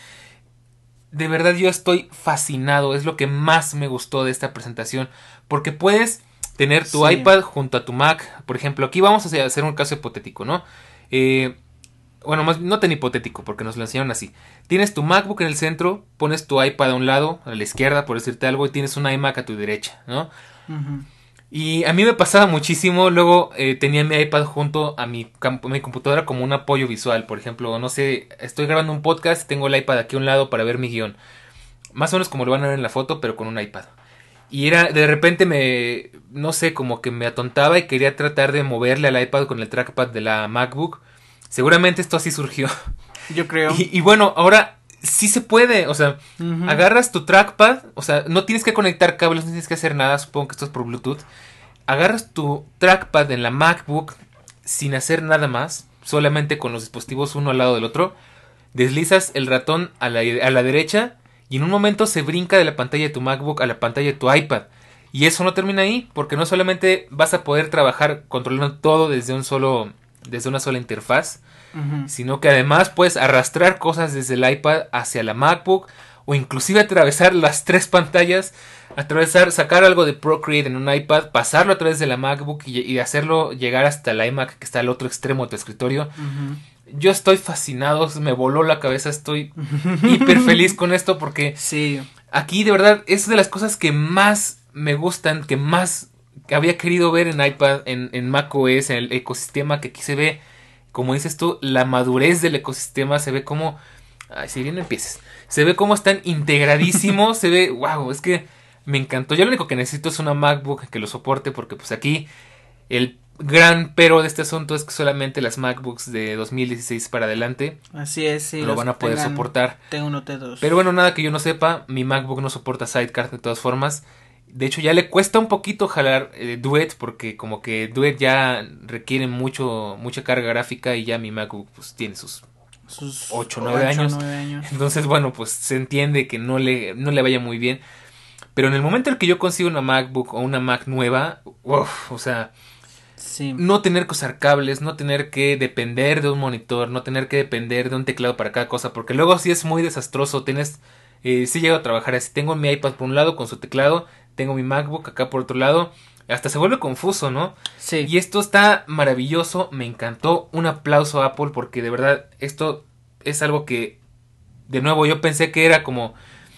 De verdad yo estoy fascinado, es lo que más me gustó de esta presentación, porque puedes tener tu sí. iPad junto a tu Mac. Por ejemplo, aquí vamos a hacer un caso hipotético, ¿no? Eh, bueno, más, no tan hipotético, porque nos lo enseñaron así. Tienes tu MacBook en el centro, pones tu iPad a un lado, a la izquierda, por decirte algo, y tienes un iMac a tu derecha, ¿no? Uh-huh. Y a mí me pasaba muchísimo, luego eh, tenía mi iPad junto a mi, a mi computadora como un apoyo visual. Por ejemplo, no sé, estoy grabando un podcast, tengo el iPad aquí a un lado para ver mi guión. Más o menos como lo van a ver en la foto, pero con un iPad. Y era, de repente me, no sé, como que me atontaba y quería tratar de moverle al iPad con el trackpad de la MacBook. Seguramente esto así surgió. Yo creo. Y, y bueno, ahora sí se puede, o sea, uh-huh. agarras tu trackpad, o sea, no tienes que conectar cables, no tienes que hacer nada, supongo que esto es por Bluetooth. Agarras tu trackpad en la MacBook sin hacer nada más, solamente con los dispositivos uno al lado del otro, deslizas el ratón a la, a la derecha y en un momento se brinca de la pantalla de tu MacBook a la pantalla de tu iPad. Y eso no termina ahí, porque no solamente vas a poder trabajar controlando todo desde un solo, desde una sola interfaz, uh-huh. sino que además puedes arrastrar cosas desde el iPad hacia la MacBook o inclusive atravesar las tres pantallas, atravesar, sacar algo de Procreate en un iPad, pasarlo a través de la MacBook y, y hacerlo llegar hasta el iMac que está al otro extremo de tu escritorio. Uh-huh. Yo estoy fascinado, me voló la cabeza, estoy hiper feliz con esto porque sí. aquí de verdad es de las cosas que más me gustan, que más había querido ver en iPad, en, en macOS, en el ecosistema, que aquí se ve, como dices tú, la madurez del ecosistema, se ve como, ay, si bien no empieces, se ve como están integradísimos, se ve, wow, es que me encantó. Yo lo único que necesito es una MacBook que lo soporte, porque pues aquí el gran pero de este asunto es que solamente las MacBooks de dos mil dieciséis para adelante así es, sí, lo van a poder tengan soportar. T uno, T dos. Pero bueno, nada que yo no sepa, mi MacBook no soporta Sidecar de todas formas. De hecho ya le cuesta un poquito jalar eh, Duet, porque como que Duet ya requiere mucho mucha carga gráfica y ya mi MacBook pues tiene sus sus ocho o nueve años. años. Entonces bueno, pues se entiende que no le, no le vaya muy bien. Pero en el momento en el que yo consigo una MacBook o una Mac nueva, uf, o sea, sí. no tener que usar cables, no tener que depender de un monitor, no tener que depender de un teclado para cada cosa, porque luego sí es muy desastroso. Tienes, eh, sí llego a trabajar así, tengo mi iPad por un lado con su teclado, tengo mi MacBook acá por otro lado, hasta se vuelve confuso, ¿no? Sí. Y esto está maravilloso, me encantó, un aplauso a Apple, porque de verdad esto es algo que, de nuevo, yo pensé que era como,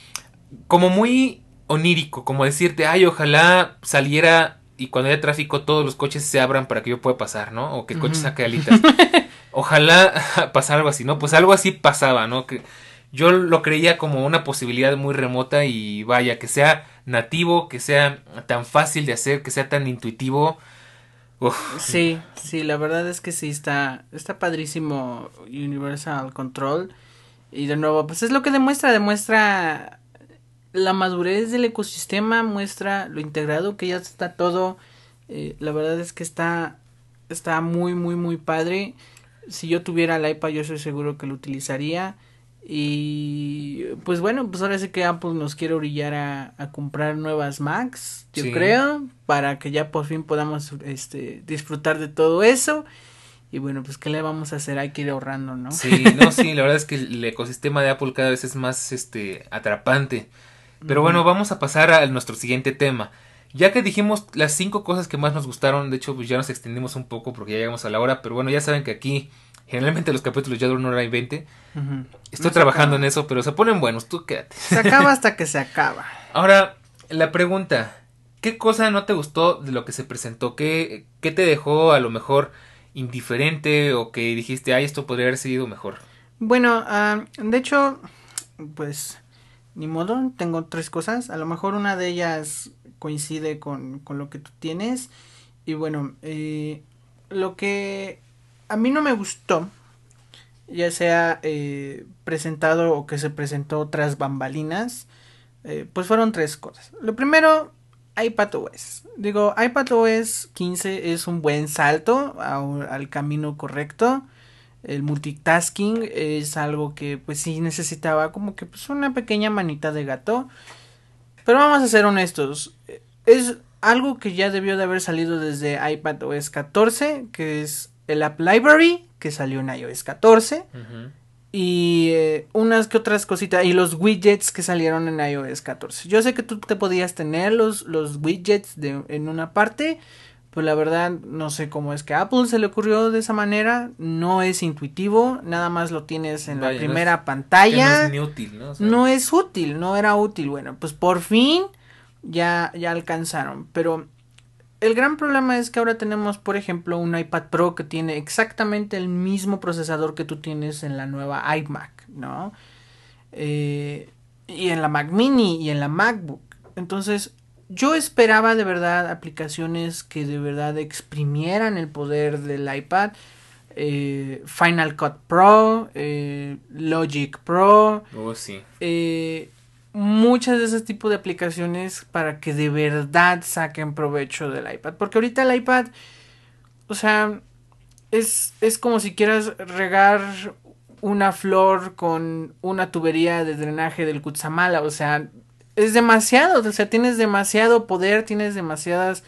como muy onírico, como decirte, ay, ojalá saliera y cuando haya tráfico todos los coches se abran para que yo pueda pasar, ¿no? O que el coche Uh-huh. saque alitas. Ojalá pasara algo así, ¿no? Pues algo así pasaba, ¿no? Que yo lo creía como una posibilidad muy remota y vaya, que sea nativo, que sea tan fácil de hacer, que sea tan intuitivo. Uf. Sí, sí, la verdad es que sí está, está padrísimo Universal Control. Y de nuevo, pues es lo que demuestra, demuestra la madurez del ecosistema, muestra lo integrado que ya está todo. Eh, la verdad es que está, está muy, muy, muy padre. Si yo tuviera el iPad, yo estoy seguro que lo utilizaría. Y pues bueno, pues ahora sí que Apple nos quiere orillar a, a comprar nuevas Macs, yo Sí. creo, para que ya por fin podamos este disfrutar de todo eso. Y bueno, pues qué le vamos a hacer, hay que ir ahorrando, ¿no? Sí, no, sí, la verdad es que el ecosistema de Apple cada vez es más este atrapante. Pero Ujú. bueno, vamos a pasar a nuestro siguiente tema. Ya que dijimos las cinco cosas que más nos gustaron, de hecho pues ya nos extendimos un poco porque ya llegamos a la hora, pero bueno, ya saben que aquí generalmente los capítulos ya duran una hora y veinte. Ujú. Estoy No se trabajando acaba. en eso, pero se ponen buenos, tú quédate. Se acaba hasta que se acaba. Ahora, la pregunta, ¿qué cosa no te gustó de lo que se presentó? ¿Qué, qué te dejó a lo mejor indiferente o que dijiste, ay, esto podría haber sido mejor? Bueno, ah, de hecho, pues ni modo, tengo tres cosas. A lo mejor una de ellas coincide con, con lo que tú tienes. Y bueno, eh, lo que a mí no me gustó, ya sea eh, presentado o que se presentó tras bambalinas, eh, pues fueron tres cosas. Lo primero, iPadOS. Digo, iPadOS quince es un buen salto a- al camino correcto. El multitasking es algo que pues sí necesitaba como que pues una pequeña manita de gato. Pero vamos a ser honestos. Es algo que ya debió de haber salido desde iPadOS catorce, que es el App Library, que salió en iOS catorce. Ujú. Y eh, unas que otras cositas. Y los widgets que salieron en iOS catorce. Yo sé que tú te podías tener los, los widgets de, en una parte. Pues la verdad no sé cómo es que a Apple se le ocurrió de esa manera. No es intuitivo. Nada más lo tienes en Vaya, la no primera es, que pantalla. no es ni útil, ¿no? O sea, No es útil. No era útil. Bueno, pues por fin ya, ya alcanzaron. Pero el gran problema es que ahora tenemos, por ejemplo, un iPad Pro que tiene exactamente el mismo procesador que tú tienes en la nueva iMac, ¿no? Eh, y en la Mac Mini y en la MacBook. Entonces, yo esperaba de verdad aplicaciones que de verdad exprimieran el poder del iPad. Eh, Final Cut Pro, eh, Logic Pro, oh, sí. eh, muchas de ese tipo de aplicaciones para que de verdad saquen provecho del iPad. Porque ahorita el iPad, o sea, es, es como si quieras regar una flor con una tubería de drenaje del Kutsamala. O sea, es demasiado. O sea, tienes demasiado poder, tienes demasiadas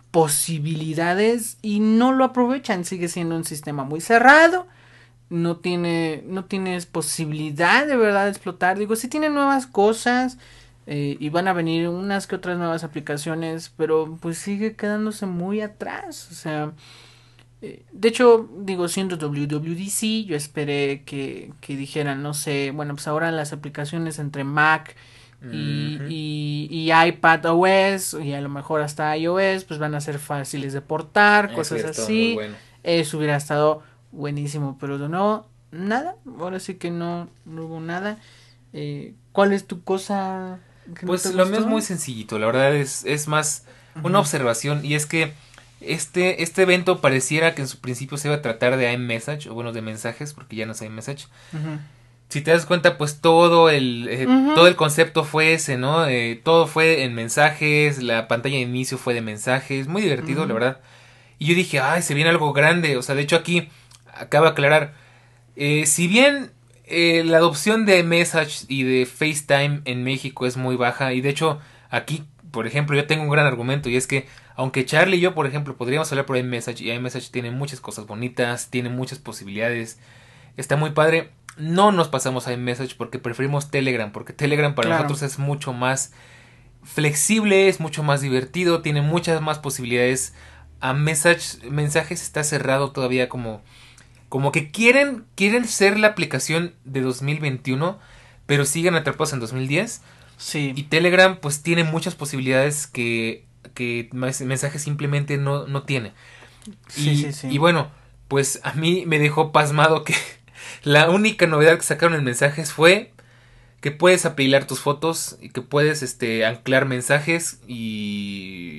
posibilidades y no lo aprovechan. Sigue siendo un sistema muy cerrado, no tiene, no tienes posibilidad de verdad de explotar. Digo, sí tiene nuevas cosas eh, y van a venir unas que otras nuevas aplicaciones, pero pues sigue quedándose muy atrás. O sea, eh, de hecho, digo, siendo W W D C, yo esperé que, que dijeran, no sé, bueno, pues ahora las aplicaciones entre Mac y, Ujú. y, y iPad O S y a lo mejor hasta iOS, pues van a ser fáciles de portar, Eso cosas hubiera estado muy así. bueno. Eso hubiera estado buenísimo, pero de nuevo, nada. Ahora sí que no, no hubo nada. Eh, ¿Cuál es tu cosa que no te Pues lo mío es gustó? muy sencillito, la verdad es, es más una Ujú, observación y es que este, este evento pareciera que en su principio se iba a tratar de iMessage, o bueno, de mensajes, porque ya no es iMessage. ujú, Si te das cuenta, pues todo el, eh, todo ujú, el concepto fue ese, ¿no? Eh, todo fue en mensajes, la pantalla de inicio fue de mensajes, muy divertido, la ujú, verdad. Y yo dije, ay, se viene algo grande, o sea, de hecho aquí acaba de aclarar, eh, si bien eh, la adopción de Message y de FaceTime en México es muy baja, y de hecho aquí, por ejemplo, yo tengo un gran argumento, y es que aunque Charlie y yo, por ejemplo, podríamos hablar por iMessage, y iMessage tiene muchas cosas bonitas, tiene muchas posibilidades, está muy padre, no nos pasamos a iMessage porque preferimos Telegram, porque Telegram para claro. nosotros es mucho más flexible, es mucho más divertido, tiene muchas más posibilidades. A Message, mensajes está cerrado todavía como como que quieren quieren ser la aplicación de dos mil veintiuno, pero siguen atrapados en dos mil diez. Sí, Y Telegram pues tiene muchas posibilidades que que mensajes simplemente no no tiene. sí, sí, Y sí. y bueno, pues a mí me dejó pasmado que la única novedad que sacaron en mensajes fue que puedes apilar tus fotos y que puedes este anclar mensajes y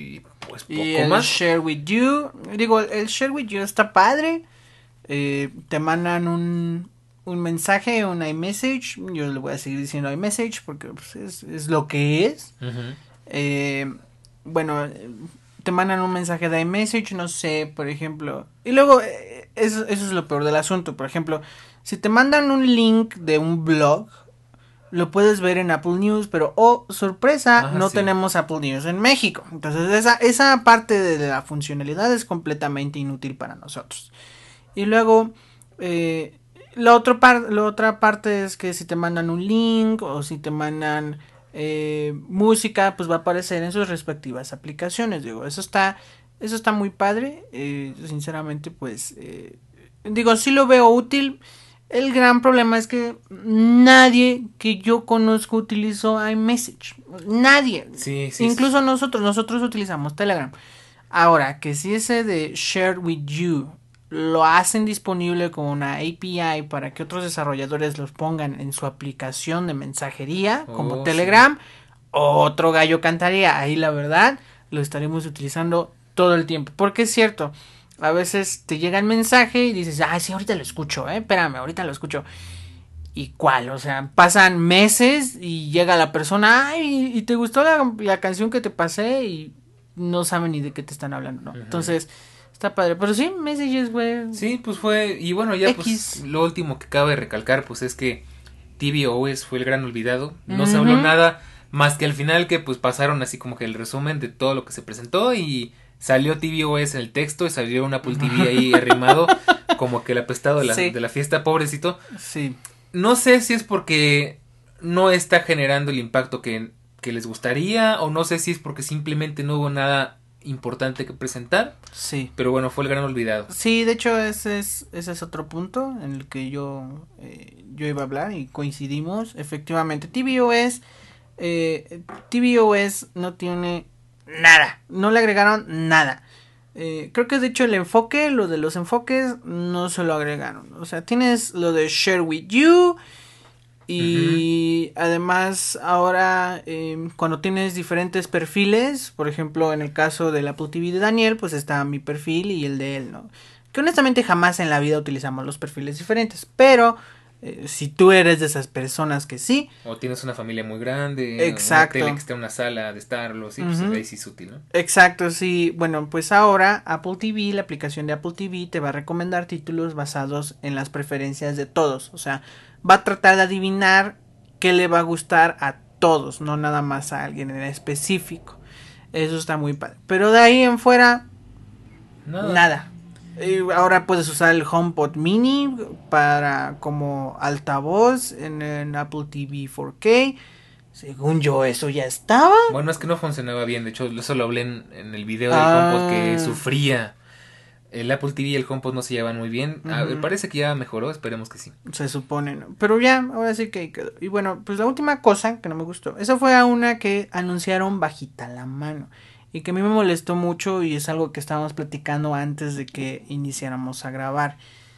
pues poco y el más. Share With You, digo, el Share With You está padre. Eh, te mandan un, un mensaje, un iMessage. Yo le voy a seguir diciendo iMessage porque pues, es, es lo que es. Uh-huh. Eh, bueno, te mandan un mensaje de iMessage, no sé, por ejemplo. Y luego, eh, eso, eso es lo peor del asunto. Por ejemplo, si te mandan un link de un blog, lo puedes ver en Apple News, pero oh, sorpresa, Ah, no sí. tenemos Apple News en México. Entonces esa, esa parte de la funcionalidad es completamente inútil para nosotros. Y luego, eh, la, otro par la otra parte es que si te mandan un link o si te mandan eh, música, pues va a aparecer en sus respectivas aplicaciones. Digo, eso está, eso está muy padre. Eh, sinceramente, pues, eh, digo, sí lo veo útil. El gran problema es que nadie que yo conozco utilizó iMessage. Nadie. Sí, sí. Incluso nosotros, nosotros utilizamos Telegram. Ahora, que si ese de Share With You lo hacen disponible como una A P I para que otros desarrolladores los pongan en su aplicación de mensajería, oh, como Telegram, sí. Otro gallo cantaría. Ahí la verdad lo estaremos utilizando todo el tiempo. Porque es cierto, a veces te llega el mensaje y dices, ah, sí, ahorita lo escucho, eh, espérame, ahorita lo escucho. ¿Y cuál? O sea, pasan meses y llega la persona, ay, ¿y te gustó la, la canción que te pasé? Y no saben ni de qué te están hablando, ¿no? Uh-huh. Entonces, está padre. Pero sí, Messages, güey. Sí, pues fue, y bueno, ya X. Pues lo último que cabe recalcar, pues es que tvOS fue el gran olvidado. No uh-huh. se habló nada más que al final que pues pasaron así como que el resumen de todo lo que se presentó y salió tvOS en el texto y salió un Apple T V ahí arrimado como que el apestado de la, sí. de la fiesta, pobrecito. Sí. No sé si es porque no está generando el impacto que, que les gustaría o no sé si es porque simplemente no hubo nada importante que presentar. Sí. Pero bueno, fue el gran olvidado. Sí, de hecho ese es, ese es otro punto en el que yo, eh, yo iba a hablar y coincidimos. Efectivamente, tvOS, eh, tvOS no tiene nada, no le agregaron nada. Eh, creo que de hecho el enfoque, lo de los enfoques, no se lo agregaron. O sea, tienes lo de Share With You. Y uh-huh. además ahora eh, cuando tienes diferentes perfiles, por ejemplo en el caso del Apple T V de Daniel, pues está mi perfil y el de él, ¿no? Que honestamente jamás en la vida utilizamos los perfiles diferentes, pero eh, si tú eres de esas personas que sí. O tienes una familia muy grande. Exacto. Una tele que está en una sala de estarlo, sí, pues uh-huh. ahí sí es útil, ¿no? Exacto, sí. Bueno, pues ahora Apple T V, la aplicación de Apple T V te va a recomendar títulos basados en las preferencias de todos, o sea, va a tratar de adivinar qué le va a gustar a todos, no nada más a alguien en específico. Eso está muy padre. Pero de ahí en fuera, nada. nada. Y ahora puedes usar el HomePod Mini para como altavoz en, en Apple T V cuatro K. Según yo, eso ya estaba. Bueno, es que no funcionaba bien. De hecho, eso lo hablé en, en el video del ah. HomePod que sufría. El Apple T V y el HomePod no se llevan muy bien. Uh-huh. A ver, parece que ya mejoró, esperemos que sí. Se supone, ¿no? Pero ya, ahora sí que ahí quedó. Y bueno, pues la última cosa que no me gustó. Esa fue a una que anunciaron bajita la mano. Y que a mí me molestó mucho y es algo que estábamos platicando antes de que iniciáramos a grabar.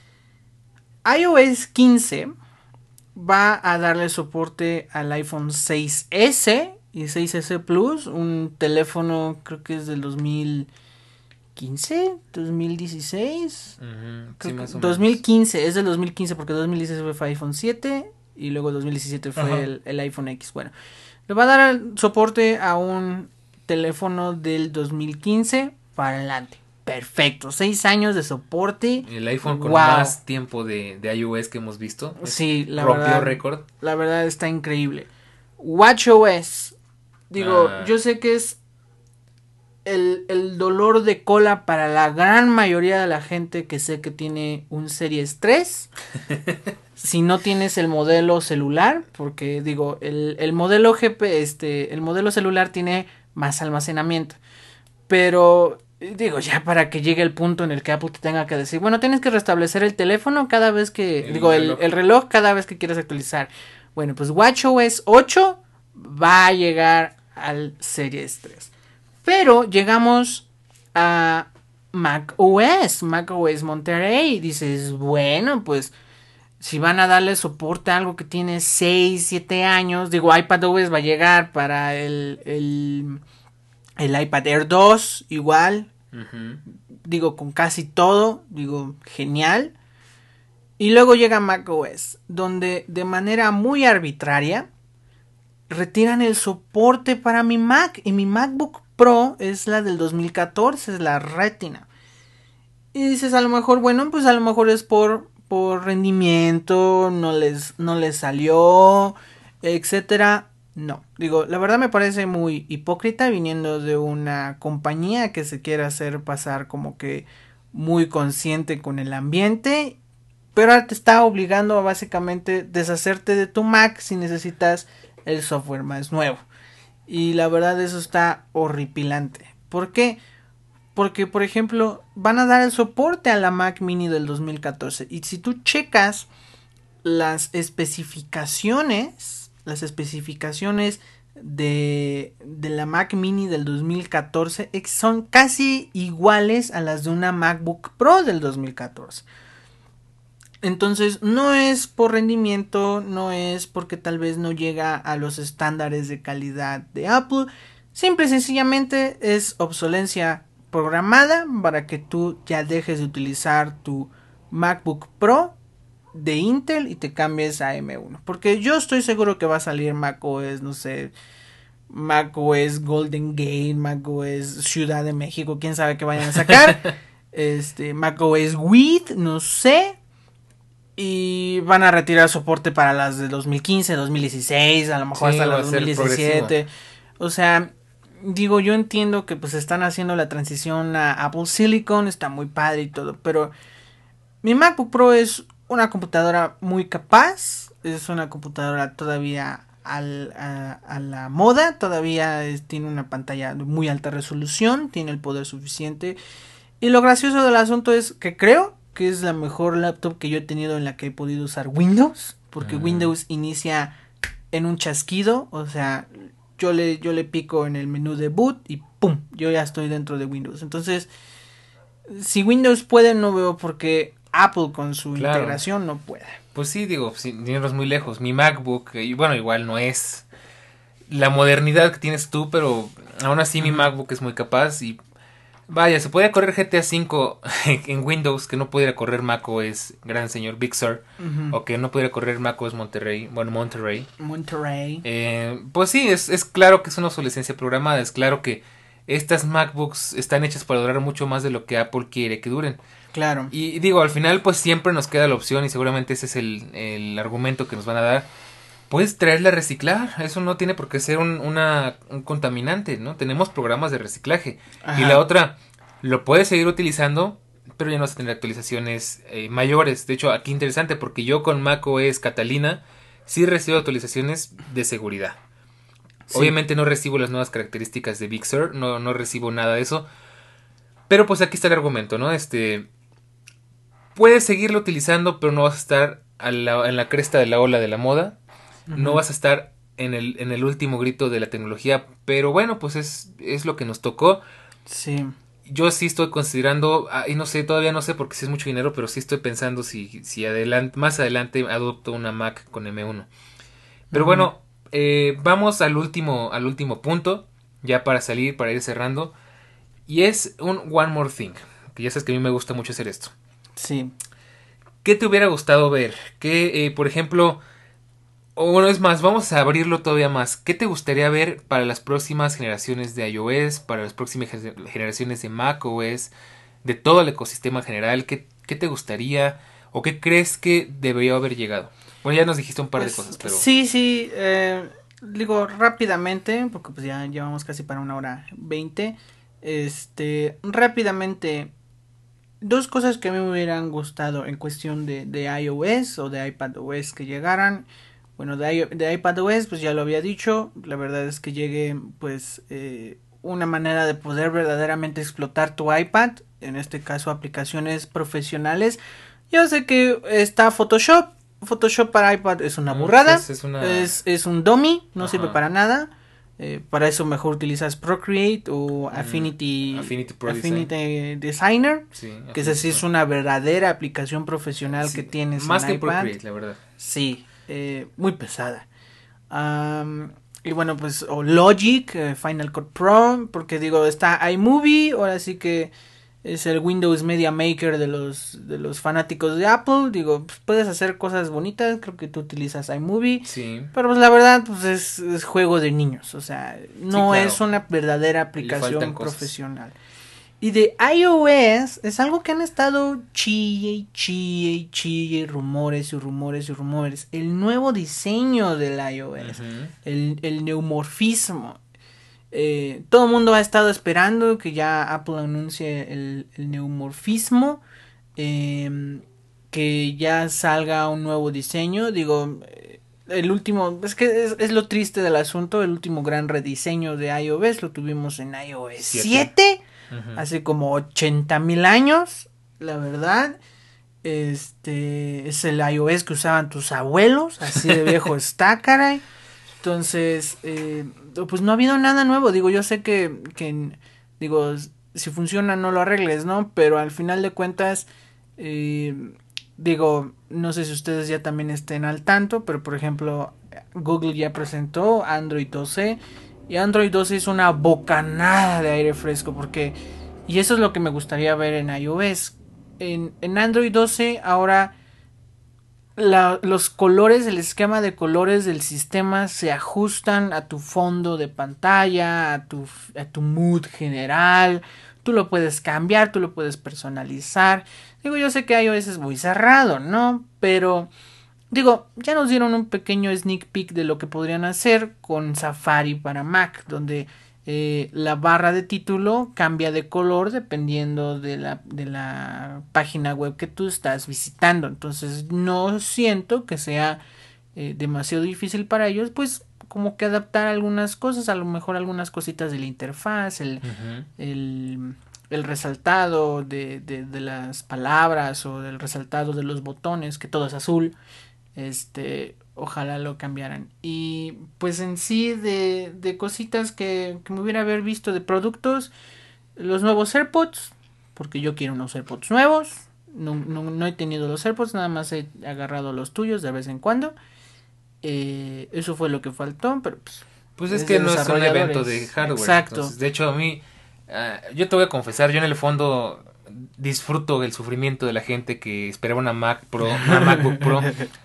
iOS quince va a darle soporte al iPhone seis ese y seis ese Plus. Un teléfono, creo que es del dos mil quince, dos mil dieciséis, uh-huh. sí, más o dos mil quince, menos. Es del dos mil quince porque dos mil dieciséis fue iPhone siete y luego dos mil diecisiete fue uh-huh. el, el iPhone X. Bueno, le va a dar soporte a un teléfono del dos mil quince para adelante. Perfecto, seis años de soporte. El iPhone con wow. más tiempo de, de iOS que hemos visto. Sí, la rompió verdad. récord. La verdad está increíble. WatchOS. Digo, ah. yo sé que es El, el dolor de cola para la gran mayoría de la gente que sé que tiene un Series tres. Si no tienes el modelo celular, porque digo, el, el modelo G P, este, el modelo celular tiene más almacenamiento. Pero digo, ya para que llegue el punto en el que Apple te tenga que decir, bueno, tienes que restablecer el teléfono cada vez que, el digo, reloj. El, el reloj cada vez que quieras actualizar. Bueno, pues WatchOS ocho va a llegar al Series tres. Pero llegamos a macOS, macOS Monterey. Dices, bueno, pues si van a darle soporte a algo que tiene seis, siete años, digo, iPadOS va a llegar para el, el, El iPad Air dos igual. Uh-huh. Digo, con casi todo. Digo, genial. Y luego llega macOS, donde de manera muy arbitraria retiran el soporte para mi Mac. Y mi MacBook Pro es la del dos mil catorce, es la Retina. Y dices, a lo mejor, bueno, pues a lo mejor es por, por rendimiento, no les, no les salió, etcétera. No, digo, la verdad me parece muy hipócrita viniendo de una compañía que se quiere hacer pasar como que muy consciente con el ambiente, pero ahora te está obligando a básicamente deshacerte de tu Mac si necesitas el software más nuevo. Y la verdad eso está horripilante. ¿Por qué? Porque, por ejemplo, van a dar el soporte a la Mac Mini del dos mil catorce. Y si tú checas las especificaciones, las especificaciones de, de la Mac Mini del dos mil catorce son casi iguales a las de una MacBook Pro del dos mil catorce. Entonces, no es por rendimiento, no es porque tal vez no llega a los estándares de calidad de Apple. Simple y sencillamente es obsolencia programada para que tú ya dejes de utilizar tu MacBook Pro de Intel y te cambies a M uno. Porque yo estoy seguro que va a salir macOS, no sé, macOS Golden Gate, macOS Ciudad de México, quién sabe qué vayan a sacar. este, macOS With, no sé. Y van a retirar soporte para las de dos mil quince, dos mil dieciséis, a lo mejor sí, hasta las dos mil diecisiete. O sea, digo, yo entiendo que pues están haciendo la transición a Apple Silicon, está muy padre y todo, pero mi MacBook Pro es una computadora muy capaz, es una computadora todavía al, a, a la moda, todavía es, tiene una pantalla de muy alta resolución, tiene el poder suficiente. Y lo gracioso del asunto es que creo que es la mejor laptop que yo he tenido en la que he podido usar Windows, porque uh-huh. Windows inicia en un chasquido, o sea, yo le yo le pico en el menú de boot y pum, yo ya estoy dentro de Windows. Entonces, si Windows puede, no veo por qué Apple con su claro. integración no pueda. Pues sí, digo, sin irnos muy lejos, mi MacBook, y bueno, igual no es la modernidad que tienes tú, pero aún así uh-huh. mi MacBook es muy capaz y vaya, se podía correr G T A cinco en Windows, que no pudiera correr macOS Gran Señor Big Sur, uh-huh. o que no pudiera correr macOS Monterrey, bueno, Monterrey. Monterrey. Eh, pues sí, es, es claro que es una obsolescencia programada, es claro que estas MacBooks están hechas para durar mucho más de lo que Apple quiere que duren. Claro. Y digo, al final pues siempre nos queda la opción y seguramente ese es el, el argumento que nos van a dar. Puedes traerla a reciclar, eso no tiene por qué ser un, una, un contaminante, ¿no? Tenemos programas de reciclaje. Ajá. Y la otra, lo puedes seguir utilizando, pero ya no vas a tener actualizaciones eh, mayores. De hecho, aquí interesante, porque yo con macOS Catalina sí recibo actualizaciones de seguridad. Sí. Obviamente no recibo las nuevas características de Big Sur, no, no recibo nada de eso. Pero pues aquí está el argumento, ¿no? Este, puedes seguirlo utilizando, pero no vas a estar a la, en la cresta de la ola de la moda. Uh-huh. No vas a estar en el, en el último grito de la tecnología, pero bueno, pues es, es lo que nos tocó. Sí. Yo sí estoy considerando, ah, y no sé, todavía no sé porque sí es mucho dinero, pero sí estoy pensando si, si adelante, más adelante adopto una Mac con M uno. Pero uh-huh. bueno, eh, vamos al último, al último punto, ya para salir, para ir cerrando, y es un One More Thing, que ya sabes que a mí me gusta mucho hacer esto. Sí. ¿Qué te hubiera gustado ver? Que, eh, por ejemplo, o bueno, es más, vamos a abrirlo todavía más. ¿Qué te gustaría ver para las próximas generaciones de iOS, para las próximas generaciones de macOS, de todo el ecosistema general? ¿Qué, qué te gustaría o qué crees que debería haber llegado? Bueno, ya nos dijiste un par pues, de cosas, pero... Sí, sí, eh, digo rápidamente, porque pues ya llevamos casi para una hora veinte. Este, rápidamente, dos cosas que a mí me hubieran gustado en cuestión de, de iOS o de iPadOS que llegaran. Bueno, de, de iPadOS, pues ya lo había dicho, la verdad es que llegue, pues, eh, una manera de poder verdaderamente explotar tu iPad, en este caso aplicaciones profesionales. Yo sé que está Photoshop, Photoshop para iPad es una burrada, es, es, una... es, es un dummy, no Ajá. sirve para nada, eh, para eso mejor utilizas Procreate o Affinity, mm, Affinity, Pro Affinity Design. Designer, sí, que esa sí es una verdadera aplicación profesional sí, que tienes más en que iPad. Procreate, la verdad. Sí. Eh, muy pesada. Um, y bueno, pues, o Logic, eh, Final Cut Pro, porque digo, está iMovie, ahora sí que es el Windows Media Maker de los de los fanáticos de Apple. Digo, pues, puedes hacer cosas bonitas, creo que tú utilizas iMovie. Sí. Pero pues la verdad, pues es, es juego de niños, o sea, no Sí, claro. es una verdadera Le faltan aplicación cosas. profesional. Y de iOS es algo que han estado chille y chille y chille, rumores y rumores y rumores. El nuevo diseño del iOS, Ujú. el, el neumorfismo. Eh, todo el mundo ha estado esperando que ya Apple anuncie el, el neumorfismo, eh, que ya salga un nuevo diseño. Digo, eh, el último, es que es, es lo triste del asunto, el último gran rediseño de iOS lo tuvimos en iOS Siete. siete, Ujú. hace como ochenta mil años, la verdad. Este es el iOS que usaban tus abuelos, así de viejo está, caray. Entonces, eh, pues no ha habido nada nuevo. Digo, yo sé que, que, digo, si funciona no lo arregles, ¿no? Pero al final de cuentas, eh, digo, no sé si ustedes ya también estén al tanto, pero por ejemplo, Google ya presentó Android doce y Android doce es una bocanada de aire fresco porque, y eso es lo que me gustaría ver en iOS. En, en Android doce ahora La, los colores, el esquema de colores del sistema se ajustan a tu fondo de pantalla, a tu, a tu mood general. Tú lo puedes cambiar, tú lo puedes personalizar. Digo, yo sé que iOS es muy cerrado, ¿no? Pero, digo, ya nos dieron un pequeño sneak peek de lo que podrían hacer con Safari para Mac, donde eh, la barra de título cambia de color dependiendo de la, de la página web que tú estás visitando. Entonces no siento que sea eh, demasiado difícil para ellos, pues como que adaptar algunas cosas, a lo mejor algunas cositas de la interfaz, el, Ujú. el, el resaltado de, de, de las palabras o el resaltado de los botones, que todo es azul. Este, ojalá lo cambiaran. Y pues en sí de, de cositas que, que me hubiera haber visto de productos, los nuevos AirPods, porque yo quiero unos AirPods nuevos. No, no, no he tenido los AirPods, nada más he agarrado los tuyos de vez en cuando. Eh, eso fue lo que faltó, pero pues, Pues es es que de no es un evento de desarrolladores. hardware. Exacto. Entonces, de hecho, a mí, ah, yo te voy a confesar, yo en el fondo disfruto del sufrimiento de la gente que esperaba una Mac Pro, una MacBook Pro.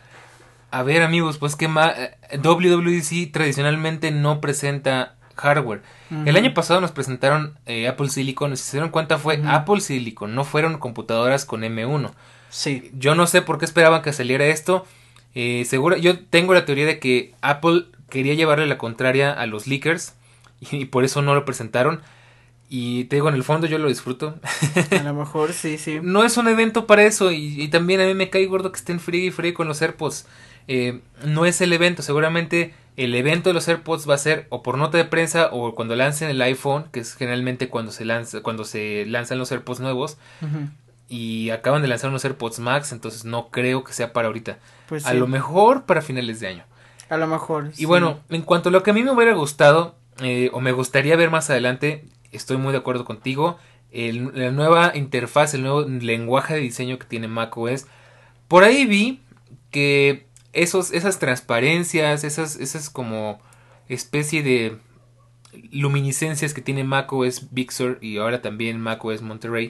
A ver, amigos, pues que ma- eh, W W D C tradicionalmente no presenta hardware. El Ujú. año pasado nos presentaron eh, Apple Silicon, y si se dieron cuenta fue Ujú. Apple Silicon, no fueron computadoras con M uno. Sí. Yo no sé por qué esperaban que saliera esto. Eh, seguro, yo tengo la teoría de que Apple quería llevarle la contraria a los leakers y por eso no lo presentaron. Y te digo, en el fondo yo lo disfruto. A lo mejor sí, sí. No es un evento para eso y, y también a mí me cae gordo que estén free y free con los AirPods. Eh, no es el evento, seguramente el evento de los AirPods va a ser o por nota de prensa o cuando lancen el iPhone, que es generalmente cuando se lanza, cuando se lanzan los AirPods nuevos. Ujú. Y acaban de lanzar unos AirPods Max, entonces no creo que sea para ahorita. Pues A sí. lo mejor para finales de año. A lo mejor. Y sí. bueno, en cuanto a lo que a mí me hubiera gustado, eh, o me gustaría ver más adelante, estoy muy de acuerdo contigo. El, la nueva interfaz, el nuevo lenguaje de diseño que tiene macOS. Por ahí vi que esos, esas transparencias, esas, esas como especie de luminiscencias que tiene macOS Big Sur y ahora también macOS Monterey,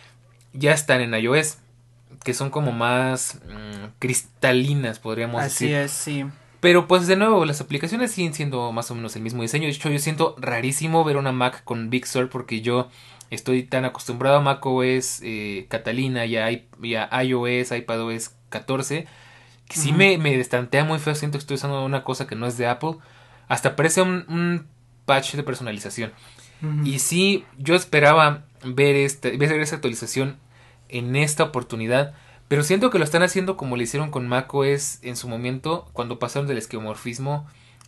ya están en iOS, que son como más mmm, cristalinas, podríamos Así decir. es, sí. Pero pues de nuevo, las aplicaciones siguen siendo más o menos el mismo diseño. De hecho, yo siento rarísimo ver una Mac con Big Sur porque yo estoy tan acostumbrado a macOS eh, Catalina y a, i- y a iOS, iPadOS catorce, que sí Ujú. me, me destantea muy feo. Siento que estoy usando una cosa que no es de Apple. Hasta parece un, un patch de personalización. Ujú. Y sí, yo esperaba ver, este, ver esta actualización en esta oportunidad. Pero siento que lo están haciendo como lo hicieron con macOS en su momento, cuando pasaron del esquemorfismo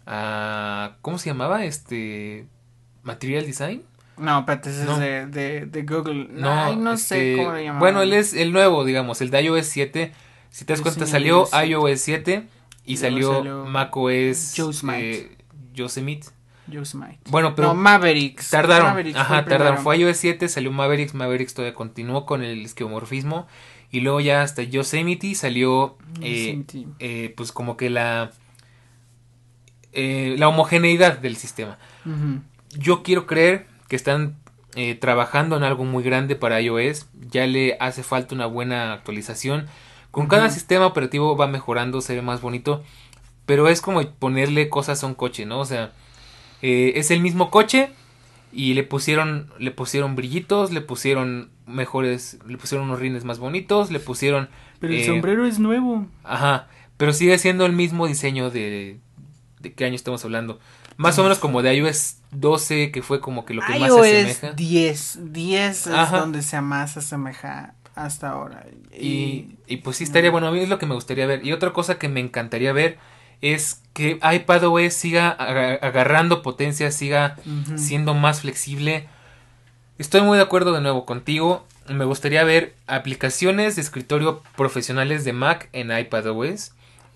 a... ¿Cómo se llamaba? Este... Material Design. No, espérate, ese No. es de, de, de Google. No, Ay, no sé este, cómo le llamaban. bueno, él es el nuevo, digamos, el de iOS siete. Si te das cuenta, Diseño salió iOS siete. iOS siete y Y luego salió, salió macOS Yosemite. eh, Yosemite. Yosemite. Bueno, pero No, Mavericks. tardaron, Mavericks fue ajá, el tardaron. primero. Fue iOS siete, salió Mavericks, Mavericks todavía continuó con el esquemorfismo y luego ya hasta Yosemite salió, eh, Yosemite. eh, pues como que la eh, la homogeneidad del sistema. Uh-huh. Yo quiero creer que están eh, trabajando en algo muy grande para iOS. Ya le hace falta una buena actualización. Con uh-huh. cada sistema operativo va mejorando, se ve más bonito. Pero es como ponerle cosas a un coche, ¿no? O sea, eh, es el mismo coche y le pusieron le pusieron brillitos, le pusieron mejores, le pusieron unos rines más bonitos, le pusieron... Pero el eh, sombrero es nuevo. Ajá, pero sigue siendo el mismo diseño de... ¿De qué año estamos hablando? Más o menos como de iOS doce, que fue como que lo que iOS más se asemeja. diez, diez es Ajá. donde se más asemeja hasta ahora. Y, y, y pues sí estaría, bueno, a mí es lo que me gustaría ver. Y otra cosa que me encantaría ver es que iPadOS siga agarrando potencia, siga uh-huh. siendo más flexible. Estoy muy de acuerdo de nuevo contigo. Me gustaría ver aplicaciones de escritorio profesionales de Mac en iPadOS.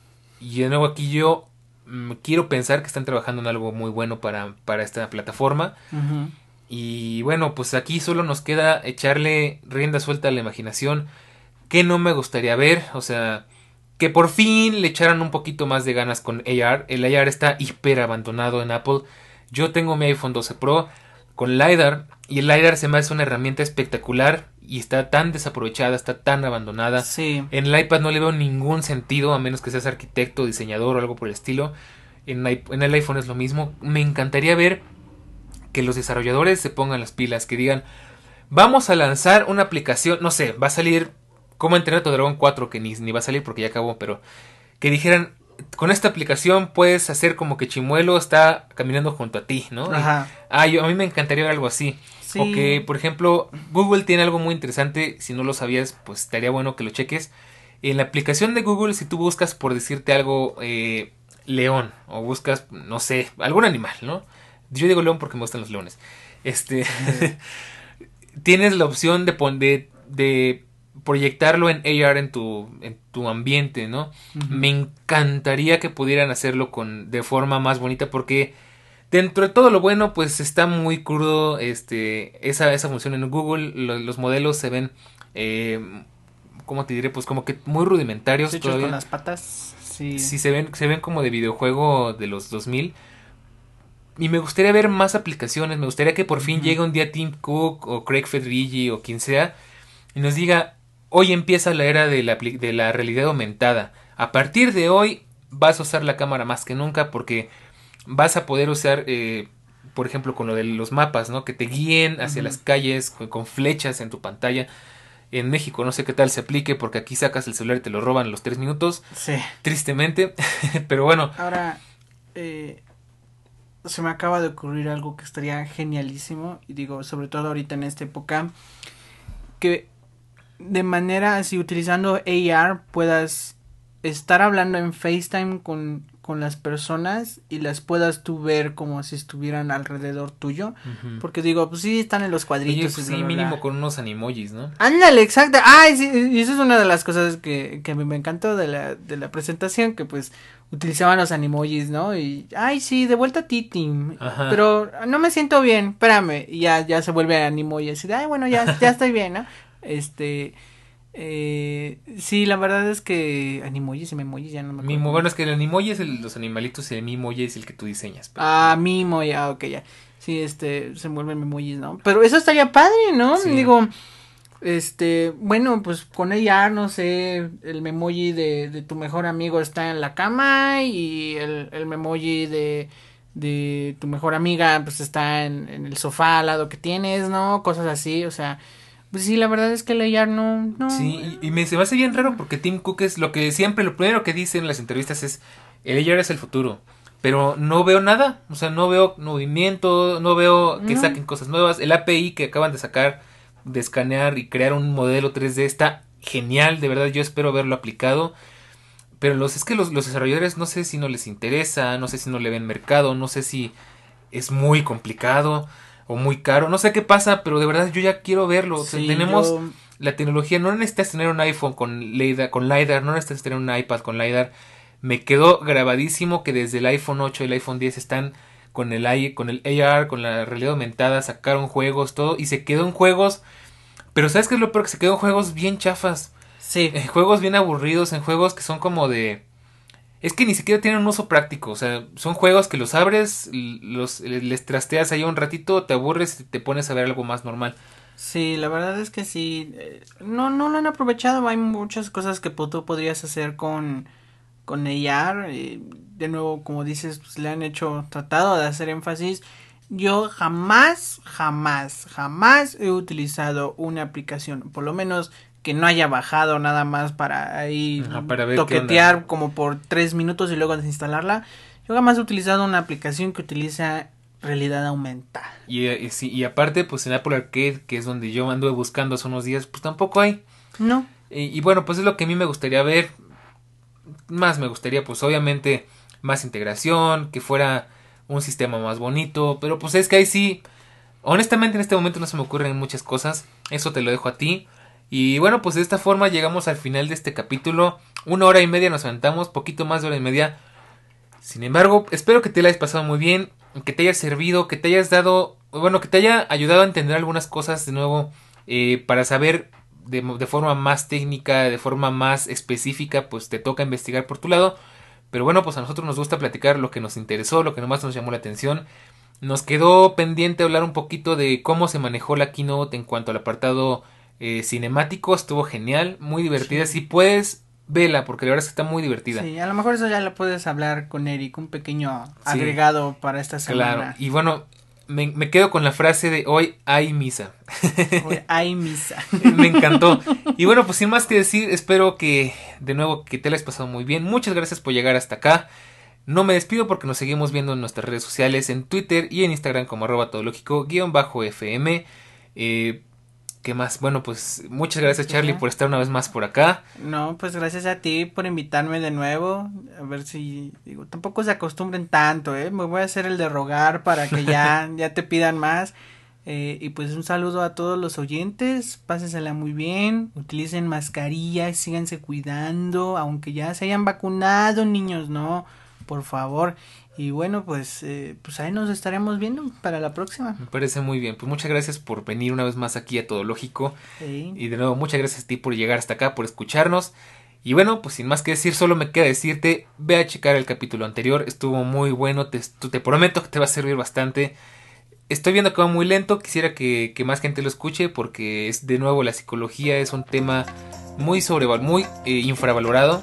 Y de nuevo aquí yo mmm, quiero pensar que están trabajando en algo muy bueno para, para esta plataforma. Uh-huh. Y bueno, pues aquí solo nos queda echarle rienda suelta a la imaginación. ¿Qué no me gustaría ver? O sea, que por fin le echaran un poquito más de ganas con A R. El A R está hiper abandonado en Apple. Yo tengo mi iPhone doce Pro con LiDAR. Y el LiDAR se me hace una herramienta espectacular. Y está tan desaprovechada, está tan abandonada. Sí. En el iPad no le veo ningún sentido, a menos que seas arquitecto, diseñador o algo por el estilo. En, en el iPhone es lo mismo. Me encantaría ver que los desarrolladores se pongan las pilas. Que digan, vamos a lanzar una aplicación. No sé, va a salir Cómo entrenar a tu dragón cuatro, que ni, ni va a salir porque ya acabó. Pero que dijeran, con esta aplicación puedes hacer como que Chimuelo está caminando junto a ti, ¿no? Ajá. Y, ah, yo, a mí me encantaría ver algo así. Sí. O que, por ejemplo, Google tiene algo muy interesante. Si no lo sabías, pues estaría bueno que lo cheques. En la aplicación de Google, si tú buscas, por decirte algo, eh, león, o buscas, no sé, algún animal, ¿no? Yo digo león porque me gustan los leones. Este, tienes la opción de, de, de proyectarlo en A R en tu, en tu ambiente, ¿no? Uh-huh. Me encantaría que pudieran hacerlo con, de forma más bonita, porque dentro de todo lo bueno, pues está muy crudo este, esa, esa función en Google. Los, los modelos se ven, eh, ¿cómo te diré? Pues como que muy rudimentarios. Hechos todavía con las patas. Sí. Sí, se ven, se ven como de videojuego de los dos mil. Y me gustaría ver más aplicaciones. Me gustaría que por fin uh-huh. llegue un día Tim Cook o Craig Federighi o quien sea y nos diga, hoy empieza la era de la, de la realidad aumentada. A partir de hoy vas a usar la cámara más que nunca, porque vas a poder usar, eh, por ejemplo, con lo de los mapas, ¿no? Que te guíen hacia uh-huh. las calles con, con flechas en tu pantalla. En México no sé qué tal se aplique, porque aquí sacas el celular y te lo roban a los tres minutos. Sí. Tristemente. Pero bueno. Ahora, eh, se me acaba de ocurrir algo que estaría genialísimo. Y digo, sobre todo ahorita en esta época, que de manera así, utilizando A R, puedas estar hablando en FaceTime con, con las personas y las puedas tú ver como si estuvieran alrededor tuyo. Uh-huh. Porque digo, pues sí, están en los cuadritos. Oye, sí, bla, bla, mínimo bla. Con unos animojis, ¿no? Ándale, exacto. Ay, sí, y eso es una de las cosas que, que a mí me encantó de la, de la presentación, que pues utilizaban los animojis, ¿no? Y, ay, sí, de vuelta a ti, Tim. Ajá. Pero no me siento bien, espérame. Y ya, ya se vuelve animoji, así de, ay, bueno, ya, ya estoy bien, ¿no? Este, eh, sí, la verdad es que animojis y memojis ya no me acuerdo. Mimo, bueno, es que el animoji es el, los animalitos y el mimoji es el que tú diseñas. Pero... Ah, mimoji, ah, ok, ya. Sí, este, se vuelven memojis, ¿no? Pero eso estaría padre, ¿no? Sí. Digo, este, bueno, pues con ella, no sé, el memoji de, de tu mejor amigo está en la cama y el, el memoji de, de tu mejor amiga, pues está en, en el sofá al lado que tienes, ¿no? Cosas así, o sea... Pues sí, la verdad es que el A R no, no. Sí, y, y me se me hace bien raro porque Tim Cook es lo que siempre, lo primero que dice en las entrevistas es, el A R es el futuro, pero no veo nada, o sea, no veo movimiento, no veo que no. saquen cosas nuevas. El A P I que acaban de sacar, de escanear y crear un modelo tres D está genial, de verdad yo espero verlo aplicado, pero los es que los, los desarrolladores no sé si no les interesa, no sé si no le ven mercado, no sé si es muy complicado o muy caro, no sé qué pasa, pero de verdad yo ya quiero verlo. Sí, o sea, tenemos yo... la tecnología, no necesitas tener un iPhone con LiDAR, con LiDAR, no necesitas tener un iPad con LiDAR. Me quedó grabadísimo que desde el iPhone ocho y el iPhone diez están con el, con el A R, con la realidad aumentada, sacaron juegos, todo, y se quedó en juegos, pero ¿sabes qué es lo peor? Que se quedó en juegos bien chafas. Sí. En juegos bien aburridos, en juegos que son como de... Es que ni siquiera tienen un uso práctico, o sea, son juegos que los abres, los les trasteas ahí un ratito, te aburres y te pones a ver algo más normal. Sí, la verdad es que sí, eh, no, no lo han aprovechado, hay muchas cosas que tú podrías hacer con, con A R, eh, de nuevo, como dices, pues, le han hecho, tratado de hacer énfasis. Yo jamás, jamás, jamás he utilizado una aplicación, por lo menos que no haya bajado nada más para ahí Ajá, para ver toquetear como por tres minutos y luego desinstalarla. Yo jamás he utilizado una aplicación que utiliza realidad aumentada. Y, y, sí, y aparte, pues en Apple Arcade, que es donde yo anduve buscando hace unos días, pues tampoco hay. No. Y, y bueno, pues es lo que a mí me gustaría ver. Más me gustaría, pues obviamente, más integración, que fuera un sistema más bonito. Pero pues es que ahí sí, honestamente en este momento no se me ocurren muchas cosas. Eso te lo dejo a ti. Y bueno, pues de esta forma llegamos al final de este capítulo. Una hora y media nos aventamos, poquito más de hora y media. Sin embargo, espero que te la hayas pasado muy bien, que te haya servido, que te hayas dado, bueno, que te haya ayudado a entender algunas cosas de nuevo, eh, para saber de, de forma más técnica, de forma más específica, pues te toca investigar por tu lado. Pero bueno, pues a nosotros nos gusta platicar lo que nos interesó, lo que nomás nos llamó la atención. Nos quedó pendiente hablar un poquito de cómo se manejó la keynote en cuanto al apartado eh, cinemático. Estuvo genial, muy divertida. Sí. Si puedes, vela, porque la verdad es que está muy divertida. Sí, a lo mejor eso ya lo puedes hablar con Eric, un pequeño agregado sí, para esta semana. Claro, y bueno, me, me quedo con la frase de hoy hay misa. Hoy hay misa. Me encantó. Y bueno, pues sin más que decir, espero que de nuevo que te la hayas pasado muy bien. Muchas gracias por llegar hasta acá. No me despido porque nos seguimos viendo en nuestras redes sociales, en Twitter y en Instagram como arroba todológico guión bajo fm. Eh, ¿Qué más? Bueno, pues muchas gracias, Charlie, por estar una vez más por acá. No, pues gracias a ti por invitarme de nuevo. A ver si, digo, tampoco se acostumbren tanto, ¿eh? Me voy a hacer el de rogar para que ya, ya te pidan más. Eh, y pues un saludo a todos los oyentes, pásensela muy bien, utilicen mascarilla, síganse cuidando, aunque ya se hayan vacunado, niños, no, por favor. Y bueno, pues, eh, pues ahí nos estaremos viendo para la próxima. Me parece muy bien. Pues muchas gracias por venir una vez más aquí a Todo Lógico. Sí. Y de nuevo, muchas gracias a ti por llegar hasta acá, por escucharnos. Y bueno, pues sin más que decir, solo me queda decirte, ve a checar el capítulo anterior. Estuvo muy bueno, te, te prometo que te va a servir bastante. Estoy viendo que va muy lento, quisiera que, que más gente lo escuche porque es de nuevo la psicología, es un tema muy sobreval muy eh, infravalorado.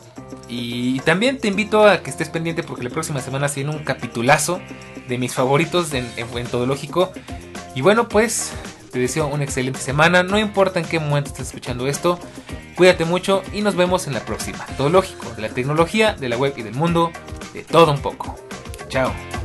Y también te invito a que estés pendiente porque la próxima semana se viene un capitulazo de mis favoritos en, en, en Todo Lógico. Y bueno, pues te deseo una excelente semana, no importa en qué momento estés escuchando esto. Cuídate mucho y nos vemos en la próxima. Todo Lógico, de la tecnología, de la web y del mundo, de todo un poco. Chao.